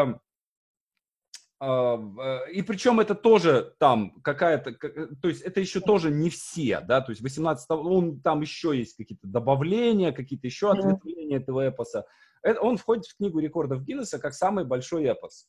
И причем это тоже там какая-то, то есть это еще тоже не все, да, то есть восемнадцать, он, там еще есть какие-то добавления, какие-то еще ответвления этого эпоса. Это, он входит в книгу рекордов Гиннесса как самый большой эпос.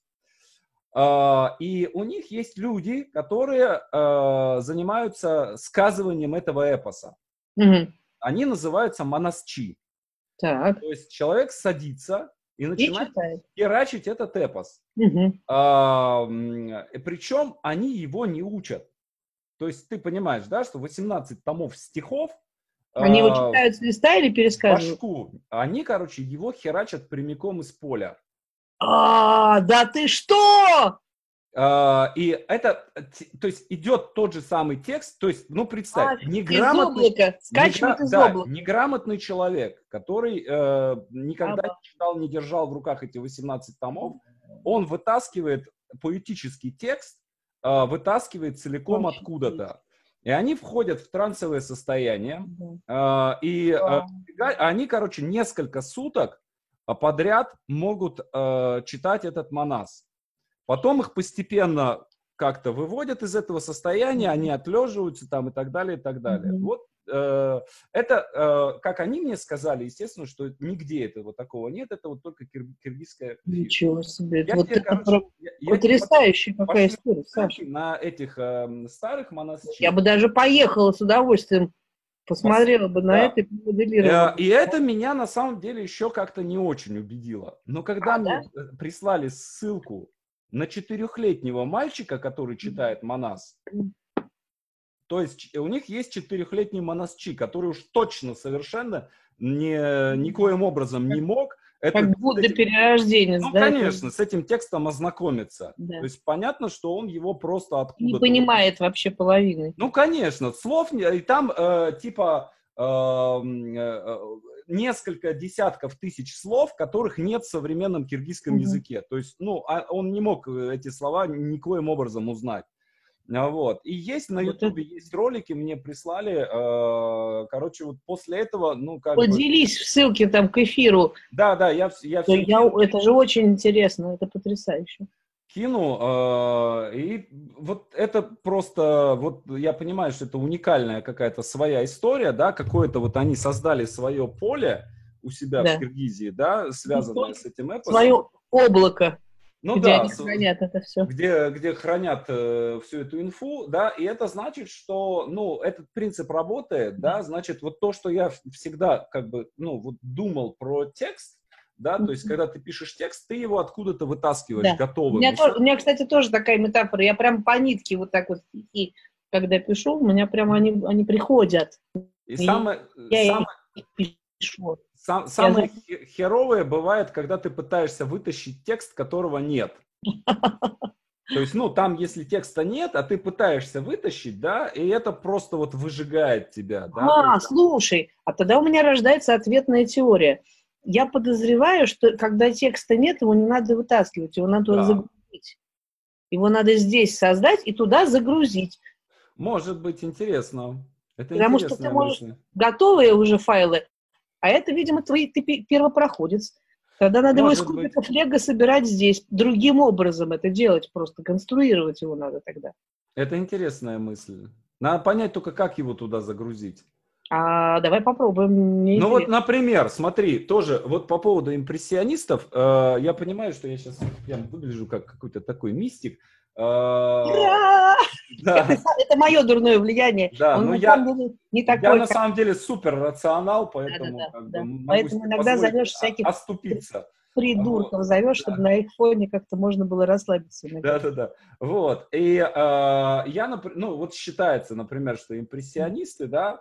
И у них есть люди, которые занимаются сказыванием этого эпоса. Mm-hmm. Они называются манасчи. Так. То есть человек садится и начинает херачить этот эпос. Угу. А, причем они его не учат. То есть ты понимаешь, да, что восемнадцать томов стихов... Они а, его читают с листа или пересказывают? Башку. Они, короче, его херачат прямиком из поля. А, да ты что? Uh, и это, то есть идет тот же самый текст, то есть, ну, представь, а, неграмотный, негра, из да, неграмотный человек, который э, никогда а, не читал, не держал в руках эти восемнадцать томов, он вытаскивает поэтический текст, э, вытаскивает целиком Очень откуда-то. И они входят в трансовое состояние, э, и э, они, короче, несколько суток подряд могут э, читать этот манас. Потом их постепенно как-то выводят из этого состояния, они отлеживаются там и так далее, и так далее. Mm-hmm. Вот э, это, э, как они мне сказали, естественно, что нигде этого такого нет, это вот только кир- киргизская фишка. Ничего себе, я вот тебе, это короче, я, потрясающая я какая история, Саша. На этих э, старых монастырях. Я бы даже поехала с удовольствием, посмотрела бы на да. это и моделировала. И это меня на самом деле еще как-то не очень убедило. Но когда а, мне да? прислали ссылку на четырехлетнего мальчика, который читает манас, то есть у них есть четырехлетний манасчи, который уж точно совершенно ни, никоим образом не мог. Это, как будто этим, перерожденец, ну, да? конечно, с этим текстом ознакомиться. Да. То есть понятно, что он его просто откуда-то... Не понимает вообще половины. Ну, конечно, слов, и там э, типа... Э, э, несколько десятков тысяч слов, которых нет в современном киргизском mm-hmm. языке. То есть, ну, он не мог эти слова никоим образом узнать. Вот. И есть на Ютубе, вот есть ролики, мне прислали, э, короче, вот после этого, ну, как Поделись бы... в ссылке там к эфиру. Да, да, я, я все... Я, это же очень интересно, это потрясающе. Кину, э, и вот это просто, вот я понимаю, что это уникальная какая-то своя история, да, какое-то вот они создали свое поле у себя да. в Киргизии, да, связанное с этим эпосом. Свое облако, ну, где да, они хранят это все. Где, где хранят э, всю эту инфу, да, и это значит, что, ну, этот принцип работает, да, значит, вот то, что я всегда, как бы, ну, вот думал про текст, да, то есть когда ты пишешь текст, ты его откуда-то вытаскиваешь Да. У готовым. меня, Еще... тоже, у меня, кстати, тоже такая метафора. Я прям по нитке вот так вот стихи, когда пишу, у меня прям они, они приходят. И И самое, я самое, их пишу. сам, Я самое херовое бывает, когда ты пытаешься вытащить текст, которого нет. То есть, ну, там, если текста нет, а ты пытаешься вытащить, да, и это просто вот выжигает тебя, да. А, есть... слушай, а тогда у меня рождается ответная теория. Я подозреваю, что когда текста нет, его не надо вытаскивать, его надо Да. загрузить. Его надо здесь создать и туда загрузить. Может быть, интересно. Это Потому что ты интересная можешь мысль. готовые уже файлы, а это, видимо, твой, ты первопроходец. Тогда надо его из Может быть. кубиков лего собирать здесь, другим образом это делать, просто конструировать его надо тогда. Это интересная мысль. Надо понять только, как его туда загрузить. А давай попробуем. Мне ну интересно. вот, например, смотри, тоже вот по поводу импрессионистов, э, я понимаю, что я сейчас прям выгляжу как какой-то такой мистик. Э, Ура! да. это, это мое дурное влияние. Да, Он ну на я, самом деле не я такой, на как... самом деле супер рационал, поэтому Да, да, как да, бы да. могу Поэтому себе иногда позволить зовешь всяких оступиться. придурков, Вот. зовешь, Да. чтобы на их фоне как-то можно было расслабиться. Да, да, да. Вот. И э, я, например, ну вот считается, например, что импрессионисты, да,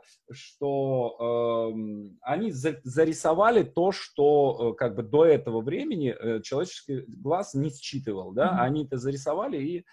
что э, они за, зарисовали то, что э, как бы до этого времени э, человеческий глаз не считывал, да, Mm-hmm. они это зарисовали, и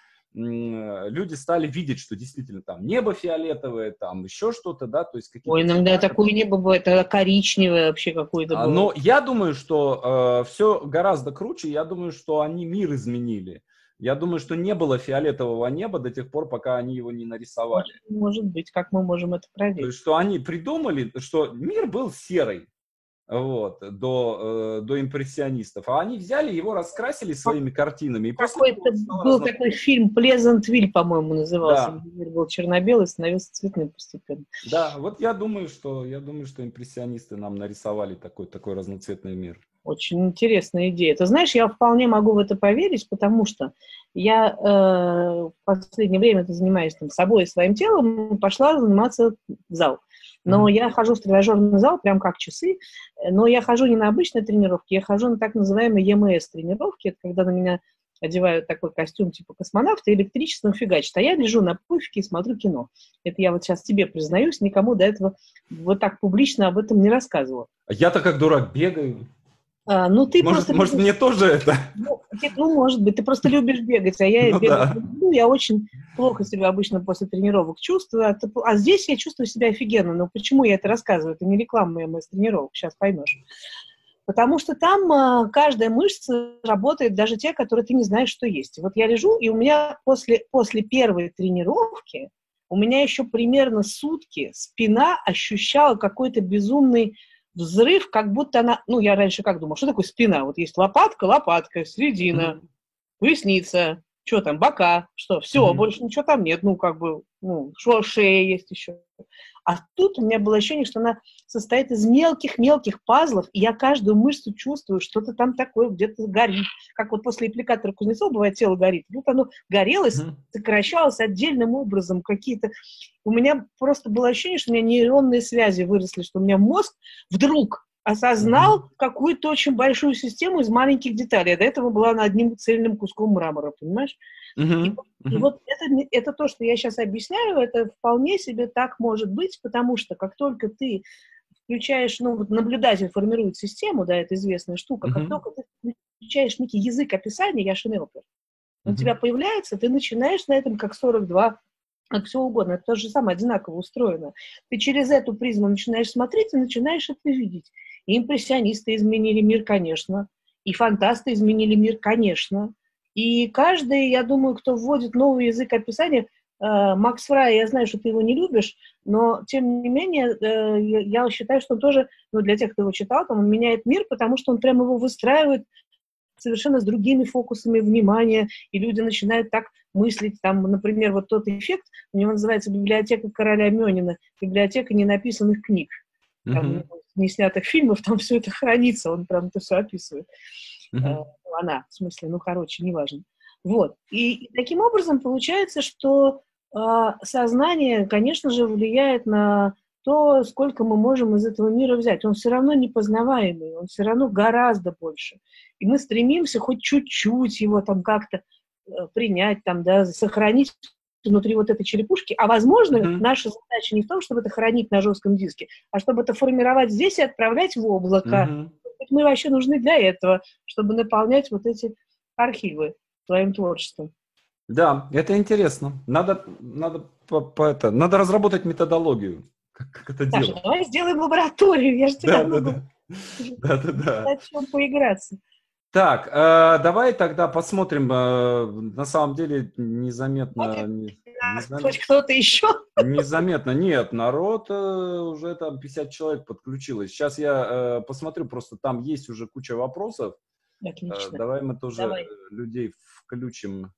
люди стали видеть, что действительно там небо фиолетовое, там еще что-то, да, то есть какие-то... Ой, иногда цвета, такое небо бывает, а коричневое вообще какое-то было. Но я думаю, что э, все гораздо круче, я думаю, что они мир изменили. Я думаю, что не было фиолетового неба до тех пор, пока они его не нарисовали. Может, может быть, как мы можем это проверить? То есть, что они придумали, что мир был серый. Вот, до, э, до импрессионистов. А они взяли его, раскрасили своими картинами. И Какой-то был разно... такой фильм «Плезантвиль», по-моему, назывался. Да. Мир был черно-белый, становился цветным постепенно. Да, вот я думаю, что, я думаю, что импрессионисты нам нарисовали такой, такой разноцветный мир. Очень интересная идея. Ты знаешь, я вполне могу в это поверить, потому что я э, в последнее время занимаюсь там, собой и своим телом, пошла заниматься в зал. Но mm-hmm. я хожу в тренажерный зал прям как часы, но я хожу не на обычные тренировки, я хожу на так называемые и эм эс-тренировки, это когда на меня одевают такой костюм типа космонавта, и электричеством фигачит, а я лежу на пуфике и смотрю кино. Это я вот сейчас тебе признаюсь, никому до этого вот так публично об этом не рассказывала. А я-то как дурак бегаю. А, ну, ты может, просто может любишь... мне тоже это? Ну, ну, может быть, ты просто любишь бегать, а я ну, бегать да. не люблю, я очень плохо себя обычно после тренировок чувствую, а, а здесь я чувствую себя офигенно. Но почему я это рассказываю? Это не реклама эм эс-тренировок, сейчас поймешь. Потому что там а, каждая мышца работает, даже те, которые ты не знаешь, что есть. Вот я лежу, и у меня после, после первой тренировки у меня еще примерно сутки спина ощущала какой-то безумный взрыв, как будто она... Ну, я раньше как думала, что такое спина? Вот есть лопатка, лопатка, середина, mm-hmm. поясница, что там, бока, что, все, mm-hmm. больше ничего там нет, ну, как бы, ну, шо, шея есть еще. А тут у меня было ощущение, что она состоит из мелких-мелких пазлов, и я каждую мышцу чувствую, что-то там такое где-то горит. Как вот после аппликатора Кузнецова бывает, тело горит. Вот оно горелось, mm-hmm. сокращалось отдельным образом, какие-то... У меня просто было ощущение, что у меня нейронные связи выросли, что у меня мозг вдруг осознал mm-hmm. какую-то очень большую систему из маленьких деталей. А до этого была она одним цельным куском мрамора, понимаешь? Mm-hmm. И, mm-hmm. и вот это, это то, что я сейчас объясняю, это вполне себе так может быть, потому что как только ты включаешь, ну, вот наблюдатель формирует систему, да, это известная штука, mm-hmm. как только ты включаешь некий язык описания, я шенелпер, он mm-hmm. у тебя появляется, ты начинаешь на этом как сорок два, как все угодно, это то же самое, одинаково устроено. Ты через эту призму начинаешь смотреть и начинаешь это видеть. И импрессионисты изменили мир, конечно, и фантасты изменили мир, конечно. И каждый, я думаю, кто вводит новый язык описания, э, Макс Фрай, я знаю, что ты его не любишь, но, тем не менее, э, я считаю, что он тоже, ну, для тех, кто его читал, там, он меняет мир, потому что он прямо его выстраивает совершенно с другими фокусами внимания, и люди начинают так мыслить, там, например, вот тот эффект, у него называется «Библиотека короля Мёнина», библиотека ненаписанных книг, там, mm-hmm. не снятых фильмов, там все это хранится, он прям это все описывает. Mm-hmm. Она, в смысле, ну, короче, неважно. Вот. И, и таким образом получается, что э, сознание, конечно же, влияет на то, сколько мы можем из этого мира взять. Он все равно непознаваемый, он все равно гораздо больше. И мы стремимся хоть чуть-чуть его там как-то э, принять, там, да, сохранить внутри вот этой черепушки. А, возможно, mm-hmm. наша задача не в том, чтобы это хранить на жестком диске, а чтобы это формировать здесь и отправлять в облако. Mm-hmm. Мы вообще нужны для этого, чтобы наполнять вот эти архивы своим творчеством. Да, это интересно. Надо, надо, по, по это, надо разработать методологию, как, как это Саша, делать. давай сделаем лабораторию. Я же тебя да, да, да. да, да, да. О чем поиграться. Так, э, давай тогда посмотрим. Э, на самом деле незаметно. Не, незаметно хоть кто-то еще? Незаметно. Нет, народ э, уже там пятьдесят человек подключилось. Сейчас я э, посмотрю, просто там есть уже куча вопросов. Отлично. Э, давай мы тоже давай. людей включим.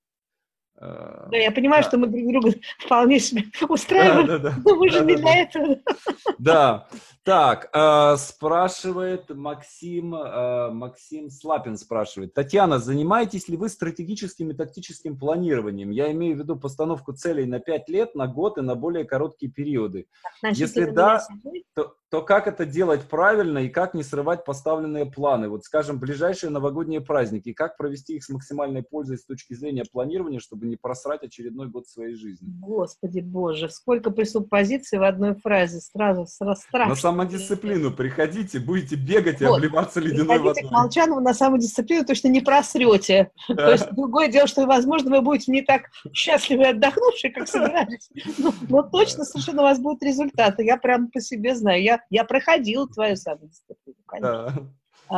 Да, я понимаю, да. что мы друг друга вполне себе устраиваем, да, да, да. но мы же да, не да, для да. этого. Да, так, э, спрашивает Максим, э, Максим Слапин спрашивает. Татьяна, занимаетесь ли вы стратегическим и тактическим планированием? Я имею в виду постановку целей на пять лет, на год и на более короткие периоды. Если да, то, то как это делать правильно и как не срывать поставленные планы? Вот, скажем, ближайшие новогодние праздники, как провести их с максимальной пользой с точки зрения планирования, чтобы не просрать очередной год своей жизни? Господи боже, сколько пресуппозиций в одной фразе, сразу, сразу страшно. На самодисциплину приходите, будете бегать и вот. обливаться ледяной Приходите водой. к Молчанову на самодисциплину, точно не просрете. То есть другое дело, что, возможно, вы будете не так счастливы и отдохнувшие, как собирались, но, но точно совершенно у вас будут результаты. Я прям по себе знаю. Я, я проходила твою самодисциплину, конечно.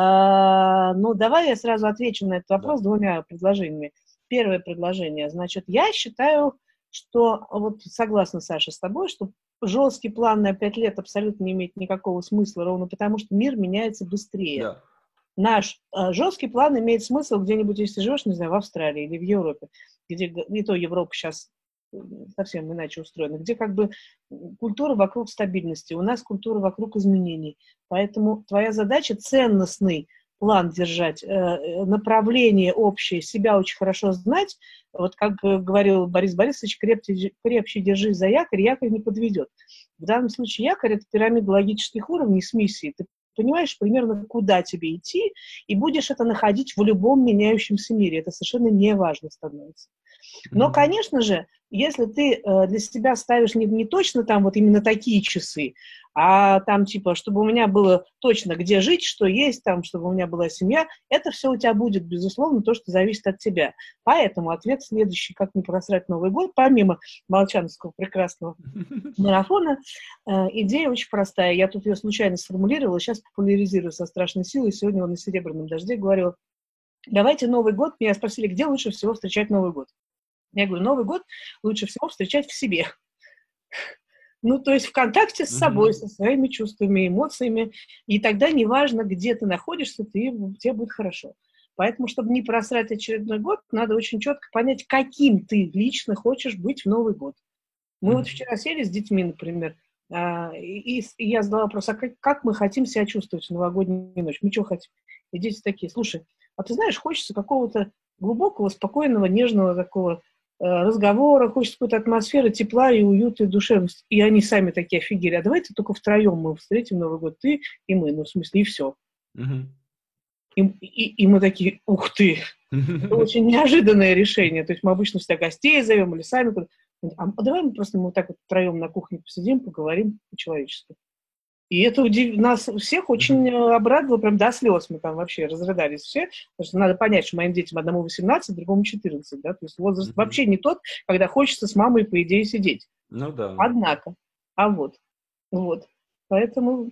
А, ну, давай я сразу отвечу на этот вопрос да. двумя предложениями. Первое предложение. Значит, я считаю, что, вот согласна, Саша, с тобой, что жесткий план на пять лет абсолютно не имеет никакого смысла, ровно потому, что мир меняется быстрее. Да. Наш э, жесткий план имеет смысл где-нибудь, если живешь, не знаю, в Австралии или в Европе, где не то Европа сейчас совсем иначе устроена, где как бы культура вокруг стабильности, у нас культура вокруг изменений. Поэтому твоя задача ценностный план держать, э, направление общее, себя очень хорошо знать. Вот как говорил Борис Борисович, крепче, крепче держись за якорь, якорь не подведет. В данном случае якорь – это пирамида логических уровней с миссией. Ты понимаешь примерно, куда тебе идти, и будешь это находить в любом меняющемся мире. Это совершенно не важно становится. Но, конечно же, если ты э, для себя ставишь не, не точно там вот именно такие часы, а там типа, чтобы у меня было точно где жить, что есть, там, чтобы у меня была семья, это все у тебя будет, безусловно, то, что зависит от тебя. Поэтому ответ следующий, как не просрать Новый год, помимо молчановского прекрасного марафона, э, идея очень простая. Я тут ее случайно сформулировала, сейчас популяризирую со страшной силой. Сегодня он на «Серебряном дожде» говорил, давайте Новый год, меня спросили, где лучше всего встречать Новый год. Я говорю, Новый год лучше всего встречать в себе. Ну, то есть в контакте с собой, mm-hmm. со своими чувствами, эмоциями. И тогда неважно, где ты находишься, ты, тебе будет хорошо. Поэтому, чтобы не просрать очередной год, надо очень четко понять, каким ты лично хочешь быть в Новый год. Мы mm-hmm. вот вчера сели с детьми, например, и, и я задала вопрос, а как, как мы хотим себя чувствовать в новогоднюю ночь? Мы что хотим? И дети такие, слушай, а ты знаешь, хочется какого-то глубокого, спокойного, нежного такого разговора, хочется какой-то атмосферы тепла и уюта, и душевности. И они сами такие офигели. А давайте только втроем мы встретим Новый год, ты и мы, ну, в смысле, и все. Uh-huh. И, и, и мы такие, ух ты! Это очень неожиданное решение. То есть мы обычно всегда гостей зовем или сами. А давай мы просто мы вот так вот втроем на кухне посидим, поговорим по-человечески. И это удив... нас всех очень обрадовало, прям до слез мы там вообще разрыдались все, потому что надо понять, что моим детям одному восемнадцать, другому четырнадцать, да, то есть возраст mm-hmm. вообще не тот, когда хочется с мамой, по идее, сидеть. Ну да. Однако, а вот, вот, поэтому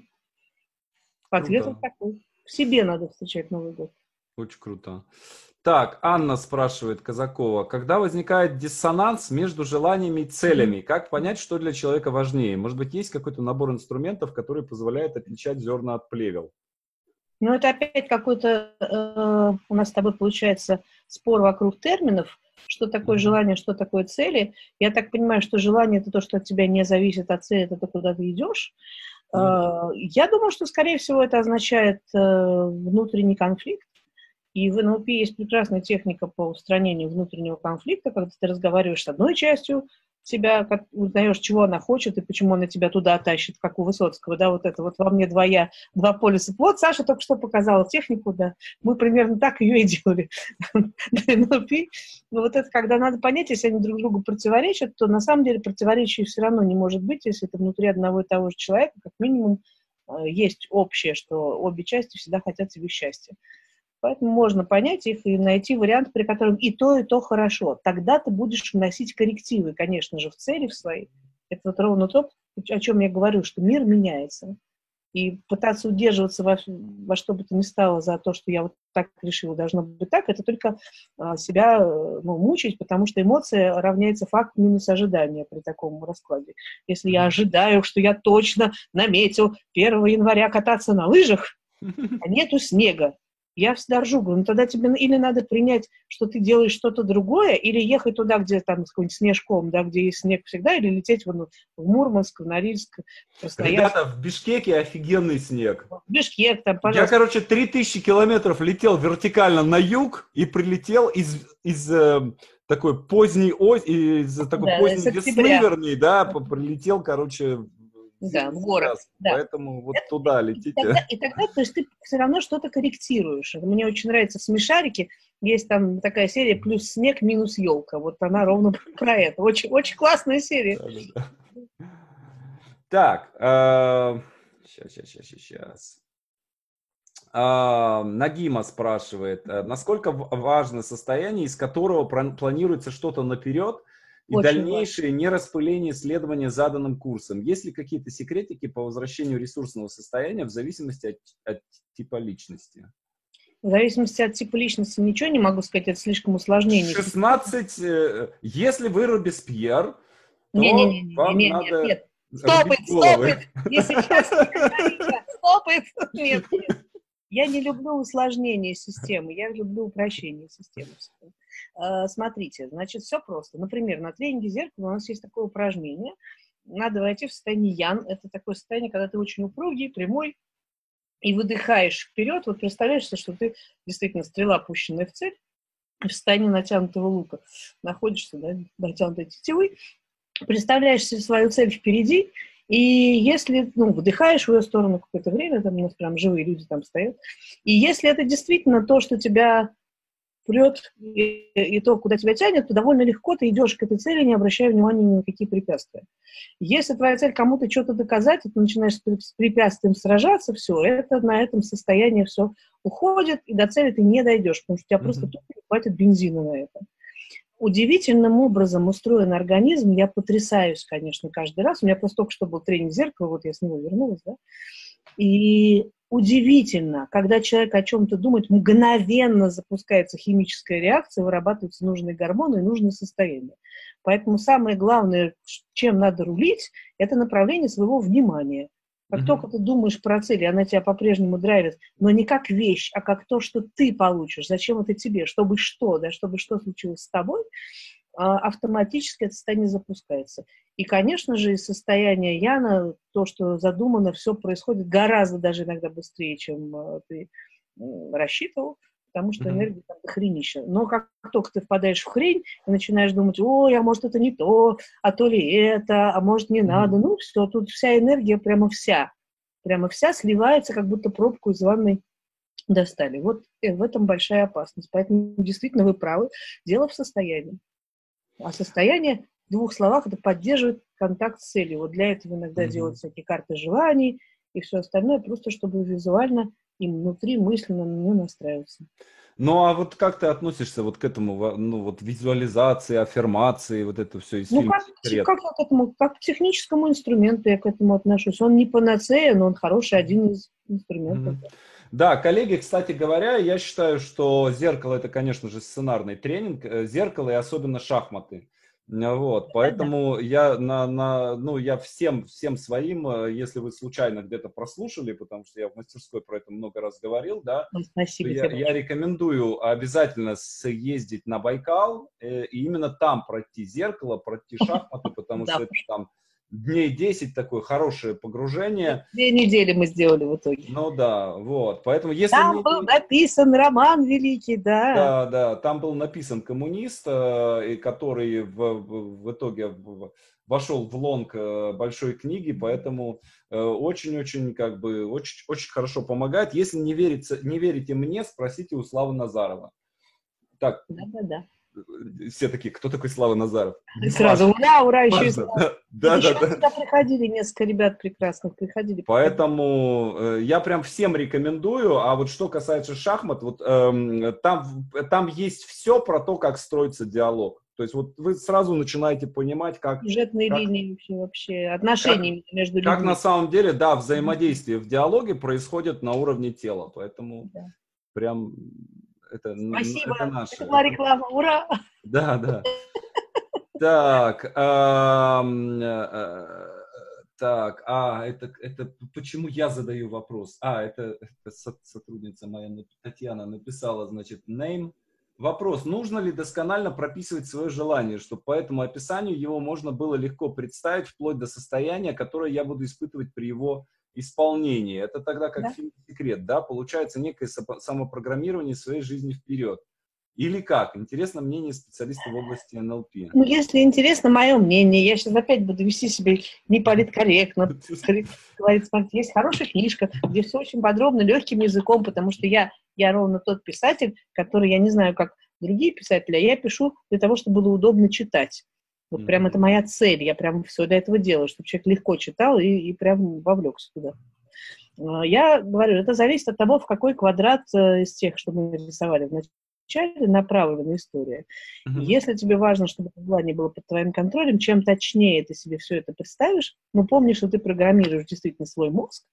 ответ вот такой. В себе надо встречать Новый год. Очень круто. Так, Анна спрашивает Казакова, когда возникает диссонанс между желаниями и целями, mm-hmm. как понять, что для человека важнее? Может быть, есть какой-то набор инструментов, который позволяет отличать зерна от плевел? Ну, это опять какой-то, э, у нас с тобой получается спор вокруг терминов, что такое mm-hmm. желание, что такое цели. Я так понимаю, что желание – это то, что от тебя не зависит, а цель – это то, куда ты идешь. Mm-hmm. Э, я думаю, что, скорее всего, это означает э, внутренний конфликт. И в эн эл пи есть прекрасная техника по устранению внутреннего конфликта, когда ты разговариваешь с одной частью себя, как узнаешь, чего она хочет и почему она тебя туда тащит, как у Высоцкого, да, вот это вот во мне два я, два полюса. Вот Саша только что показала технику, да, мы примерно так ее и делали. Но вот это, когда надо понять, если они друг другу противоречат, то на самом деле противоречий все равно не может быть, если это внутри одного и того же человека, как минимум есть общее, что обе части всегда хотят себе счастья. Поэтому можно понять их и найти вариант, при котором и то, и то хорошо. Тогда ты будешь вносить коррективы, конечно же, в цели в свои. Это вот ровно то, о чем я говорю, что мир меняется. И пытаться удерживаться во, во что бы то ни стало за то, что я вот так решила, должно быть так, это только а, себя ну, мучить, потому что эмоция равняется факт минус ожидания при таком раскладе. Если я ожидаю, что я точно наметил первого января кататься на лыжах, а нету снега, я всегда ржу, говорю, ну тогда тебе или надо принять, что ты делаешь что-то другое, или ехать туда, где там с каким-нибудь снежком, да, где есть снег всегда, или лететь вон, в Мурманск, в Норильск, в Красноярск. Ребята, в Бишкеке офигенный снег. В Бишкек, там, пожалуйста. Я, короче, три тысячи километров летел вертикально на юг и прилетел из, из э, такой поздней осени, из такой да, поздней весны, вернее, да, прилетел, короче, да, в город. Да. Поэтому вот это, туда летите. И тогда, и тогда то есть ты все равно что-то корректируешь. Мне очень нравится «Смешарики». Есть там такая серия «Плюс снег, минус елка». Вот она ровно про это. Очень, очень классная серия. Да, да, да. Так, э, сейчас, сейчас, сейчас, сейчас. Э, Нагима спрашивает, насколько важно состояние, из которого планируется что-то наперед, и очень дальнейшее важно. Нераспыление исследования заданным курсом. Есть ли какие-то секретики по возвращению ресурсного состояния в зависимости от, от типа личности? В зависимости от типа личности ничего не могу сказать, это слишком усложнение. шестнадцать, если вы Робеспьер, то не, не, не, не, вам не, надо... Нет, стопит, стопит, не сейчас, стопит, нет, нет. Я не люблю усложнение системы, я люблю упрощение системы. Смотрите, значит, все просто. Например, на тренинге зеркала у нас есть такое упражнение. Надо войти в состояние ян. Это такое состояние, когда ты очень упругий, прямой, и выдыхаешь вперед. Вот представляешь, что ты действительно стрела, пущенная в цель, в состоянии натянутого лука. Находишься, да, натянутой тетивой, представляешь себе свою цель впереди, и если, ну, выдыхаешь в ее сторону какое-то время, там у нас прям живые люди там стоят, и если это действительно то, что тебя прет, и, и то, куда тебя тянет, то довольно легко ты идешь к этой цели, не обращая внимания ни на какие препятствия. Если твоя цель кому-то что-то доказать, и ты начинаешь с препятствием сражаться, все, это на этом состоянии все уходит, и до цели ты не дойдешь, потому что у тебя mm-hmm. просто тупо не хватит бензина на это. Удивительным образом устроен организм, я потрясаюсь, конечно, каждый раз. У меня просто только что был тренинг зеркала, вот я с него вернулась, да, и удивительно, когда человек о чем-то думает, мгновенно запускается химическая реакция, вырабатываются нужные гормоны и нужное состояние. Поэтому самое главное, чем надо рулить, это направление своего внимания. Как mm-hmm. только ты думаешь про цель, и она тебя по-прежнему драйвит, но не как вещь, а как то, что ты получишь, зачем это тебе, чтобы что, да, чтобы что случилось с тобой, автоматически это состояние запускается. И, конечно же, из состояния яна, то, что задумано, все происходит гораздо даже иногда быстрее, чем ты рассчитывал, потому что энергия там дохренища. Но как только ты впадаешь в хрень и начинаешь думать, ой, а может это не то, а то ли это, а может не надо, ну все, тут вся энергия прямо вся, прямо вся сливается, как будто пробку из ванной достали. Вот в этом большая опасность. Поэтому действительно вы правы, дело в состоянии. А состояние, в двух словах, это поддерживает контакт с целью. Вот для этого иногда mm-hmm. делают всякие карты желаний и все остальное, просто чтобы визуально и внутри мысленно на нее настраиваться. Ну, а вот как ты относишься вот к этому, ну, вот визуализации, аффирмации, вот это все из ну, фильма как, как я к этому, как к техническому инструменту я к этому отношусь. Он не панацея, но он хороший, один из инструментов. Mm-hmm. Да, коллеги, кстати говоря, я считаю, что зеркало — это, конечно же, сценарный тренинг, зеркало и особенно шахматы. Вот, поэтому да. я, на, на, ну, я всем, всем своим, если вы случайно где-то прослушали, потому что я в мастерской про это много раз говорил, да, спасибо я, я рекомендую обязательно съездить на Байкал и именно там пройти зеркало, пройти шахматы, потому что это там дней десять такое хорошее погружение. Две недели мы сделали в итоге. Ну да, вот. Поэтому если... Там мне... был написан роман великий, да. Да, да, там был написан коммунист, э, который в, в, в итоге в, вошел в лонг э, большой книги, поэтому очень-очень, э, как бы, очень, очень хорошо помогает. Если не, верится, не верите мне, спросите у Славы Назарова. Так, да-да-да. Все такие, кто такой Слава Назаров? Не сразу, ура, ура, еще и Слава. Да, да, да. Сюда приходили несколько ребят прекрасных, приходили. Поэтому э, я прям всем рекомендую. А вот что касается шахмат, вот э, там, там есть все про то, как строится диалог. То есть вот вы сразу начинаете понимать, как... Сюжетные как, линии вообще, вообще отношения как, между людьми. Как на самом деле, да, взаимодействие в диалоге происходит на уровне тела. Поэтому да. прям... Это, Спасибо, это наше. это была реклама, ура! Да, да. Так, эм, э, так, а, это, это почему я задаю вопрос? А, это, это сотрудница моя, Татьяна, написала, значит, name. Вопрос, нужно ли досконально прописывать свое желание, чтобы по этому описанию его можно было легко представить, вплоть до состояния, которое я буду испытывать при его исполнении. Это тогда как да? фильм «Секрет», да? Получается некое самопрограммирование своей жизни вперед. Или как? Интересно мнение специалиста в области эн эл пи. Ну, если интересно мое мнение, я сейчас опять буду вести себя неполиткорректно. Говорит, смотрите, есть хорошая книжка, где все очень подробно, легким языком, потому что я, я ровно тот писатель, который, я не знаю, как другие писатели, а я пишу для того, чтобы было удобно читать. Вот mm-hmm. прям это моя цель, я прям все для этого делаю, чтобы человек легко читал и, и прям вовлекся туда. Я говорю, это зависит от того, в какой квадрат из тех, что мы рисовали в начале, направлена история. Mm-hmm. Если тебе важно, чтобы это желание было под твоим контролем, чем точнее ты себе все это представишь, ну, помнишь, что ты программируешь действительно свой мозг,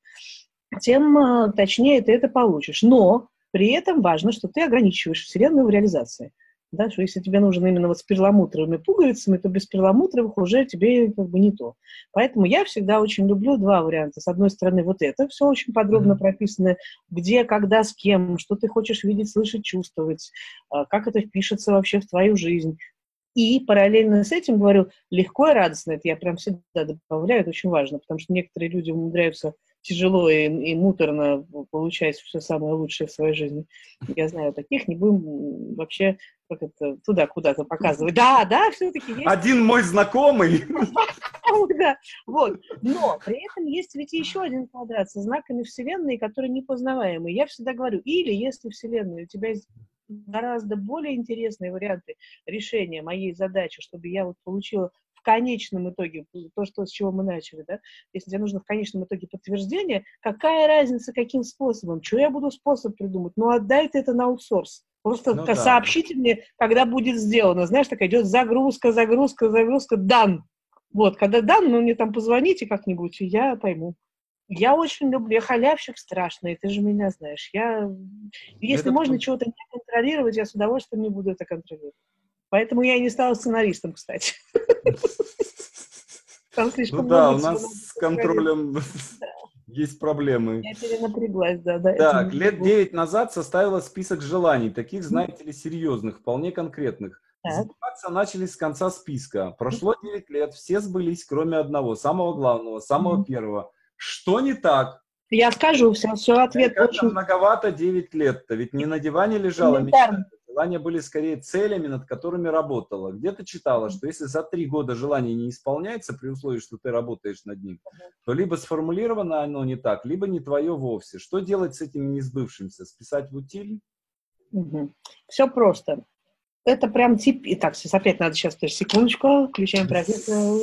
тем точнее ты это получишь. Но при этом важно, что ты ограничиваешь Вселенную в реализации. Да, что если тебе нужно именно вот с перламутровыми пуговицами, то без перламутровых уже тебе как бы не то. Поэтому я всегда очень люблю два варианта. С одной стороны, вот это все очень подробно mm-hmm. прописано, где, когда, с кем, что ты хочешь видеть, слышать, чувствовать, как это впишется вообще в твою жизнь. И параллельно с этим, говорю, легко и радостно, это я прям всегда добавляю, это очень важно, потому что некоторые люди умудряются тяжело и, и муторно получать все самое лучшее в своей жизни. Я знаю таких, не будем вообще как это, туда куда-то показывать. Да, да, все-таки есть. Один мой знакомый. Да, вот. Но при этом есть ведь еще один квадрат со знаками Вселенной, которые непознаваемые. Я всегда говорю, или если Вселенная, у тебя есть гораздо более интересные варианты решения моей задачи, чтобы я вот получила в конечном итоге, то, что, с чего мы начали, да, если тебе нужно в конечном итоге подтверждение, какая разница, каким способом, что я буду способ придумать, ну отдай ты это на аутсорс. Просто ну, сообщите да. мне, когда будет сделано. Знаешь, такая идет загрузка, загрузка, загрузка, дан. Вот, когда дан, ну мне там позвоните как-нибудь, и я пойму. Я очень люблю, я халявщик страшный, ты же меня знаешь. Я, если это можно чего-то не контролировать, я с удовольствием не буду это контролировать. Поэтому я и не стала сценаристом, кстати. Ну да, у нас с контролем есть проблемы. Я перенапряглась, да. да так, лет девять назад составила список желаний, таких, знаете ли, серьезных, вполне конкретных. Сбываться начали с конца списка. Прошло девять лет, все сбылись, кроме одного, самого главного, самого первого. Что не так? Я скажу, все, все ответ как очень... многовато девять лет-то, ведь не на диване лежала мечта. Желания были скорее целями, над которыми работала. Где-то читала, что если за три года желание не исполняется, при условии, что ты работаешь над ним, то либо сформулировано оно не так, либо не твое вовсе. Что делать с этим несбывшимся? Списать в утиль? Угу. Все просто. Это прям тип... Итак, сейчас опять надо сейчас, тоже секундочку, включаем профессор.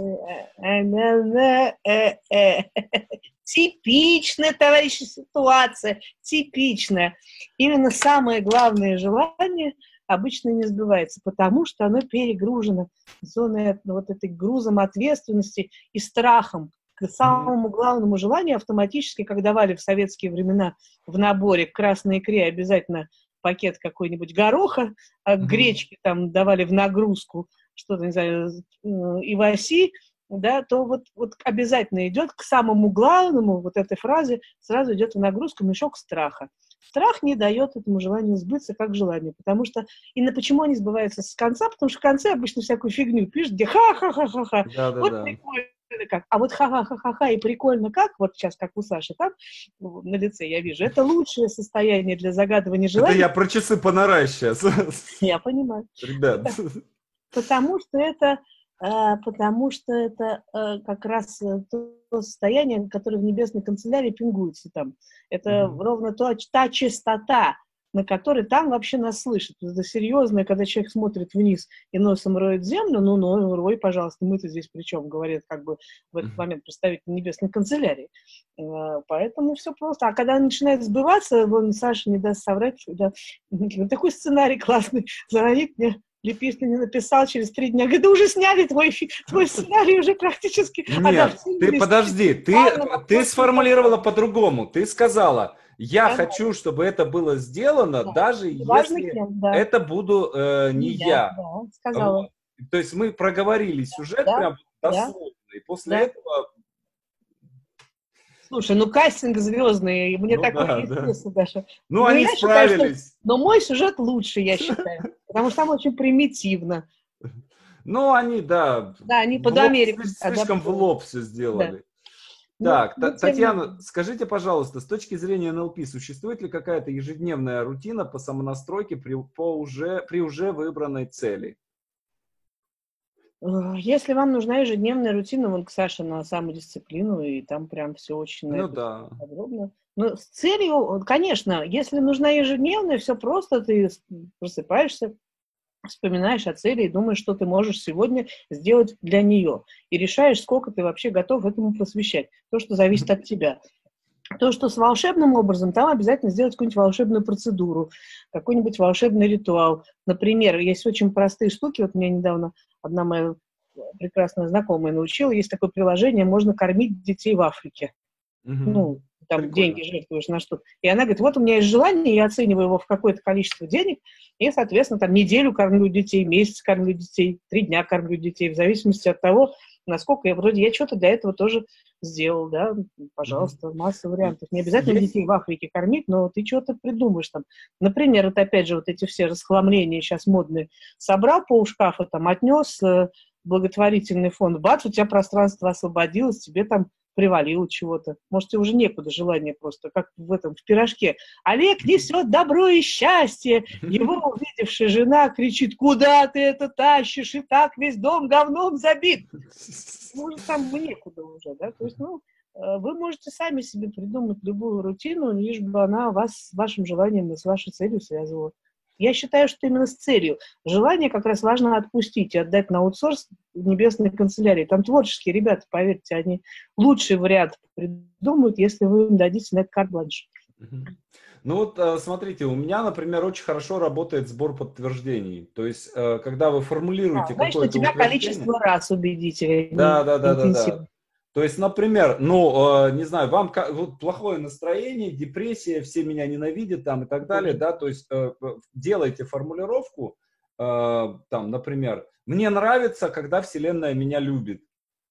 Типичная, товарищи, ситуация, типичная. Именно самое главное желание обычно не сбывается, потому что оно перегружено зоной, вот этой грузом ответственности и страхом. К самому главному желанию автоматически, как давали в советские времена в наборе к красной икре обязательно пакет какой-нибудь гороха, а к гречке там давали в нагрузку что-то, не знаю, иваси, да, то вот, вот обязательно идет к самому главному вот этой фразе, сразу идет в нагрузку мешок страха. Страх не дает этому желанию сбыться как желание, потому что, и на почему они сбываются с конца, потому что в конце обычно всякую фигню пишут, где ха-ха-ха-ха-ха. Да, да, вот да. прикольно, как. А вот ха-ха-ха-ха-ха и прикольно как, вот сейчас как у Саши там на лице я вижу, это лучшее состояние для загадывания желаний. Это я про часы Панорай сейчас. Я понимаю. Ребят. Потому что это, потому что это как раз то состояние, которое в небесной канцелярии пингуется там. Это mm-hmm. ровно то, та частота, на которой там вообще нас слышат. Это серьезно, когда человек смотрит вниз и носом роет землю, ну, ну, рой, пожалуйста, мы-то здесь при чем, говорит как бы в этот момент представитель небесной канцелярии. Поэтому все просто. А когда начинает сбываться, вон Саша не даст соврать, да, такой сценарий классный, звонит мне, Лепиш, ты не написал через три дня. Говорит, да уже сняли твой, твой сценарий, уже практически. Нет, ты подожди, ты, ты сформулировала по-другому. Ты сказала, я да, хочу, да. чтобы это было сделано, да. даже Важно если кем, да. это буду э, не я. я. Да, сказала. Вот. То есть мы проговорили сюжет да. прям дословно, да. и после да. этого... Слушай, ну кастинг звездный, мне ну, такое да, естественно, да. Даша. Ну, но они справились. Считаю, что... Но мой сюжет лучше, я считаю, потому что там очень примитивно. Ну, они, да... Да, они под Америку. Слишком в лоб все сделали. Да. Так, ну, Татьяна, не... скажите, пожалуйста, с точки зрения эн эл пи, существует ли какая-то ежедневная рутина по самонастройке при, по уже, при уже выбранной цели? Если вам нужна ежедневная рутина, вон к Саше на самодисциплину, и там прям все очень ну, да. подробно. Но с целью, конечно, если нужна ежедневная, все просто, ты просыпаешься, вспоминаешь о цели и думаешь, что ты можешь сегодня сделать для нее. И решаешь, сколько ты вообще готов этому посвящать. То, что зависит от тебя. То, что с волшебным образом, там обязательно сделать какую-нибудь волшебную процедуру, какой-нибудь волшебный ритуал. Например, есть очень простые штуки. Вот меня недавно одна моя прекрасная знакомая научила. Есть такое приложение, можно кормить детей в Африке. Угу. Ну, там Прикольно. Деньги жертвуешь на что-то. И она говорит, вот у меня есть желание, я оцениваю его в какое-то количество денег, и, соответственно, там неделю кормлю детей, месяц кормлю детей, три дня кормлю детей, в зависимости от того, насколько я вроде, я что-то для этого тоже сделал, да, пожалуйста, mm-hmm. масса вариантов. Не обязательно есть... детей в Африке кормить, но ты что-то придумаешь там. Например, это опять же вот эти все расхламления сейчас модные. Собрал полшкафа, там, отнес э, благотворительный фонд, бац, у тебя пространство освободилось, тебе там привалило чего-то. Может, тебе уже некуда желание просто, как в этом, в пирожке. Олег несет добро и счастье. Его увидевшая жена кричит, куда ты это тащишь? И так весь дом говном забит. Может, там некуда уже, да? То есть, ну, вы можете сами себе придумать любую рутину, лишь бы она вас с вашим желанием и с вашей целью связывала. Я считаю, что именно с целью. Желание как раз важно отпустить и отдать на аутсорс небесной канцелярии. Там творческие ребята, поверьте, они лучший вариант придумают, если вы им дадите на это карт-бланш. Ну вот, смотрите, у меня, например, очень хорошо работает сбор подтверждений. То есть, когда вы формулируете а, какое-то утверждение... Значит, у тебя количество раз убедите. Да, да, да, да, да. То есть, например, ну, э, не знаю, вам вот, плохое настроение, депрессия, все меня ненавидят там и так далее, да, то есть э, делайте формулировку, э, там, например, мне нравится, когда Вселенная меня любит,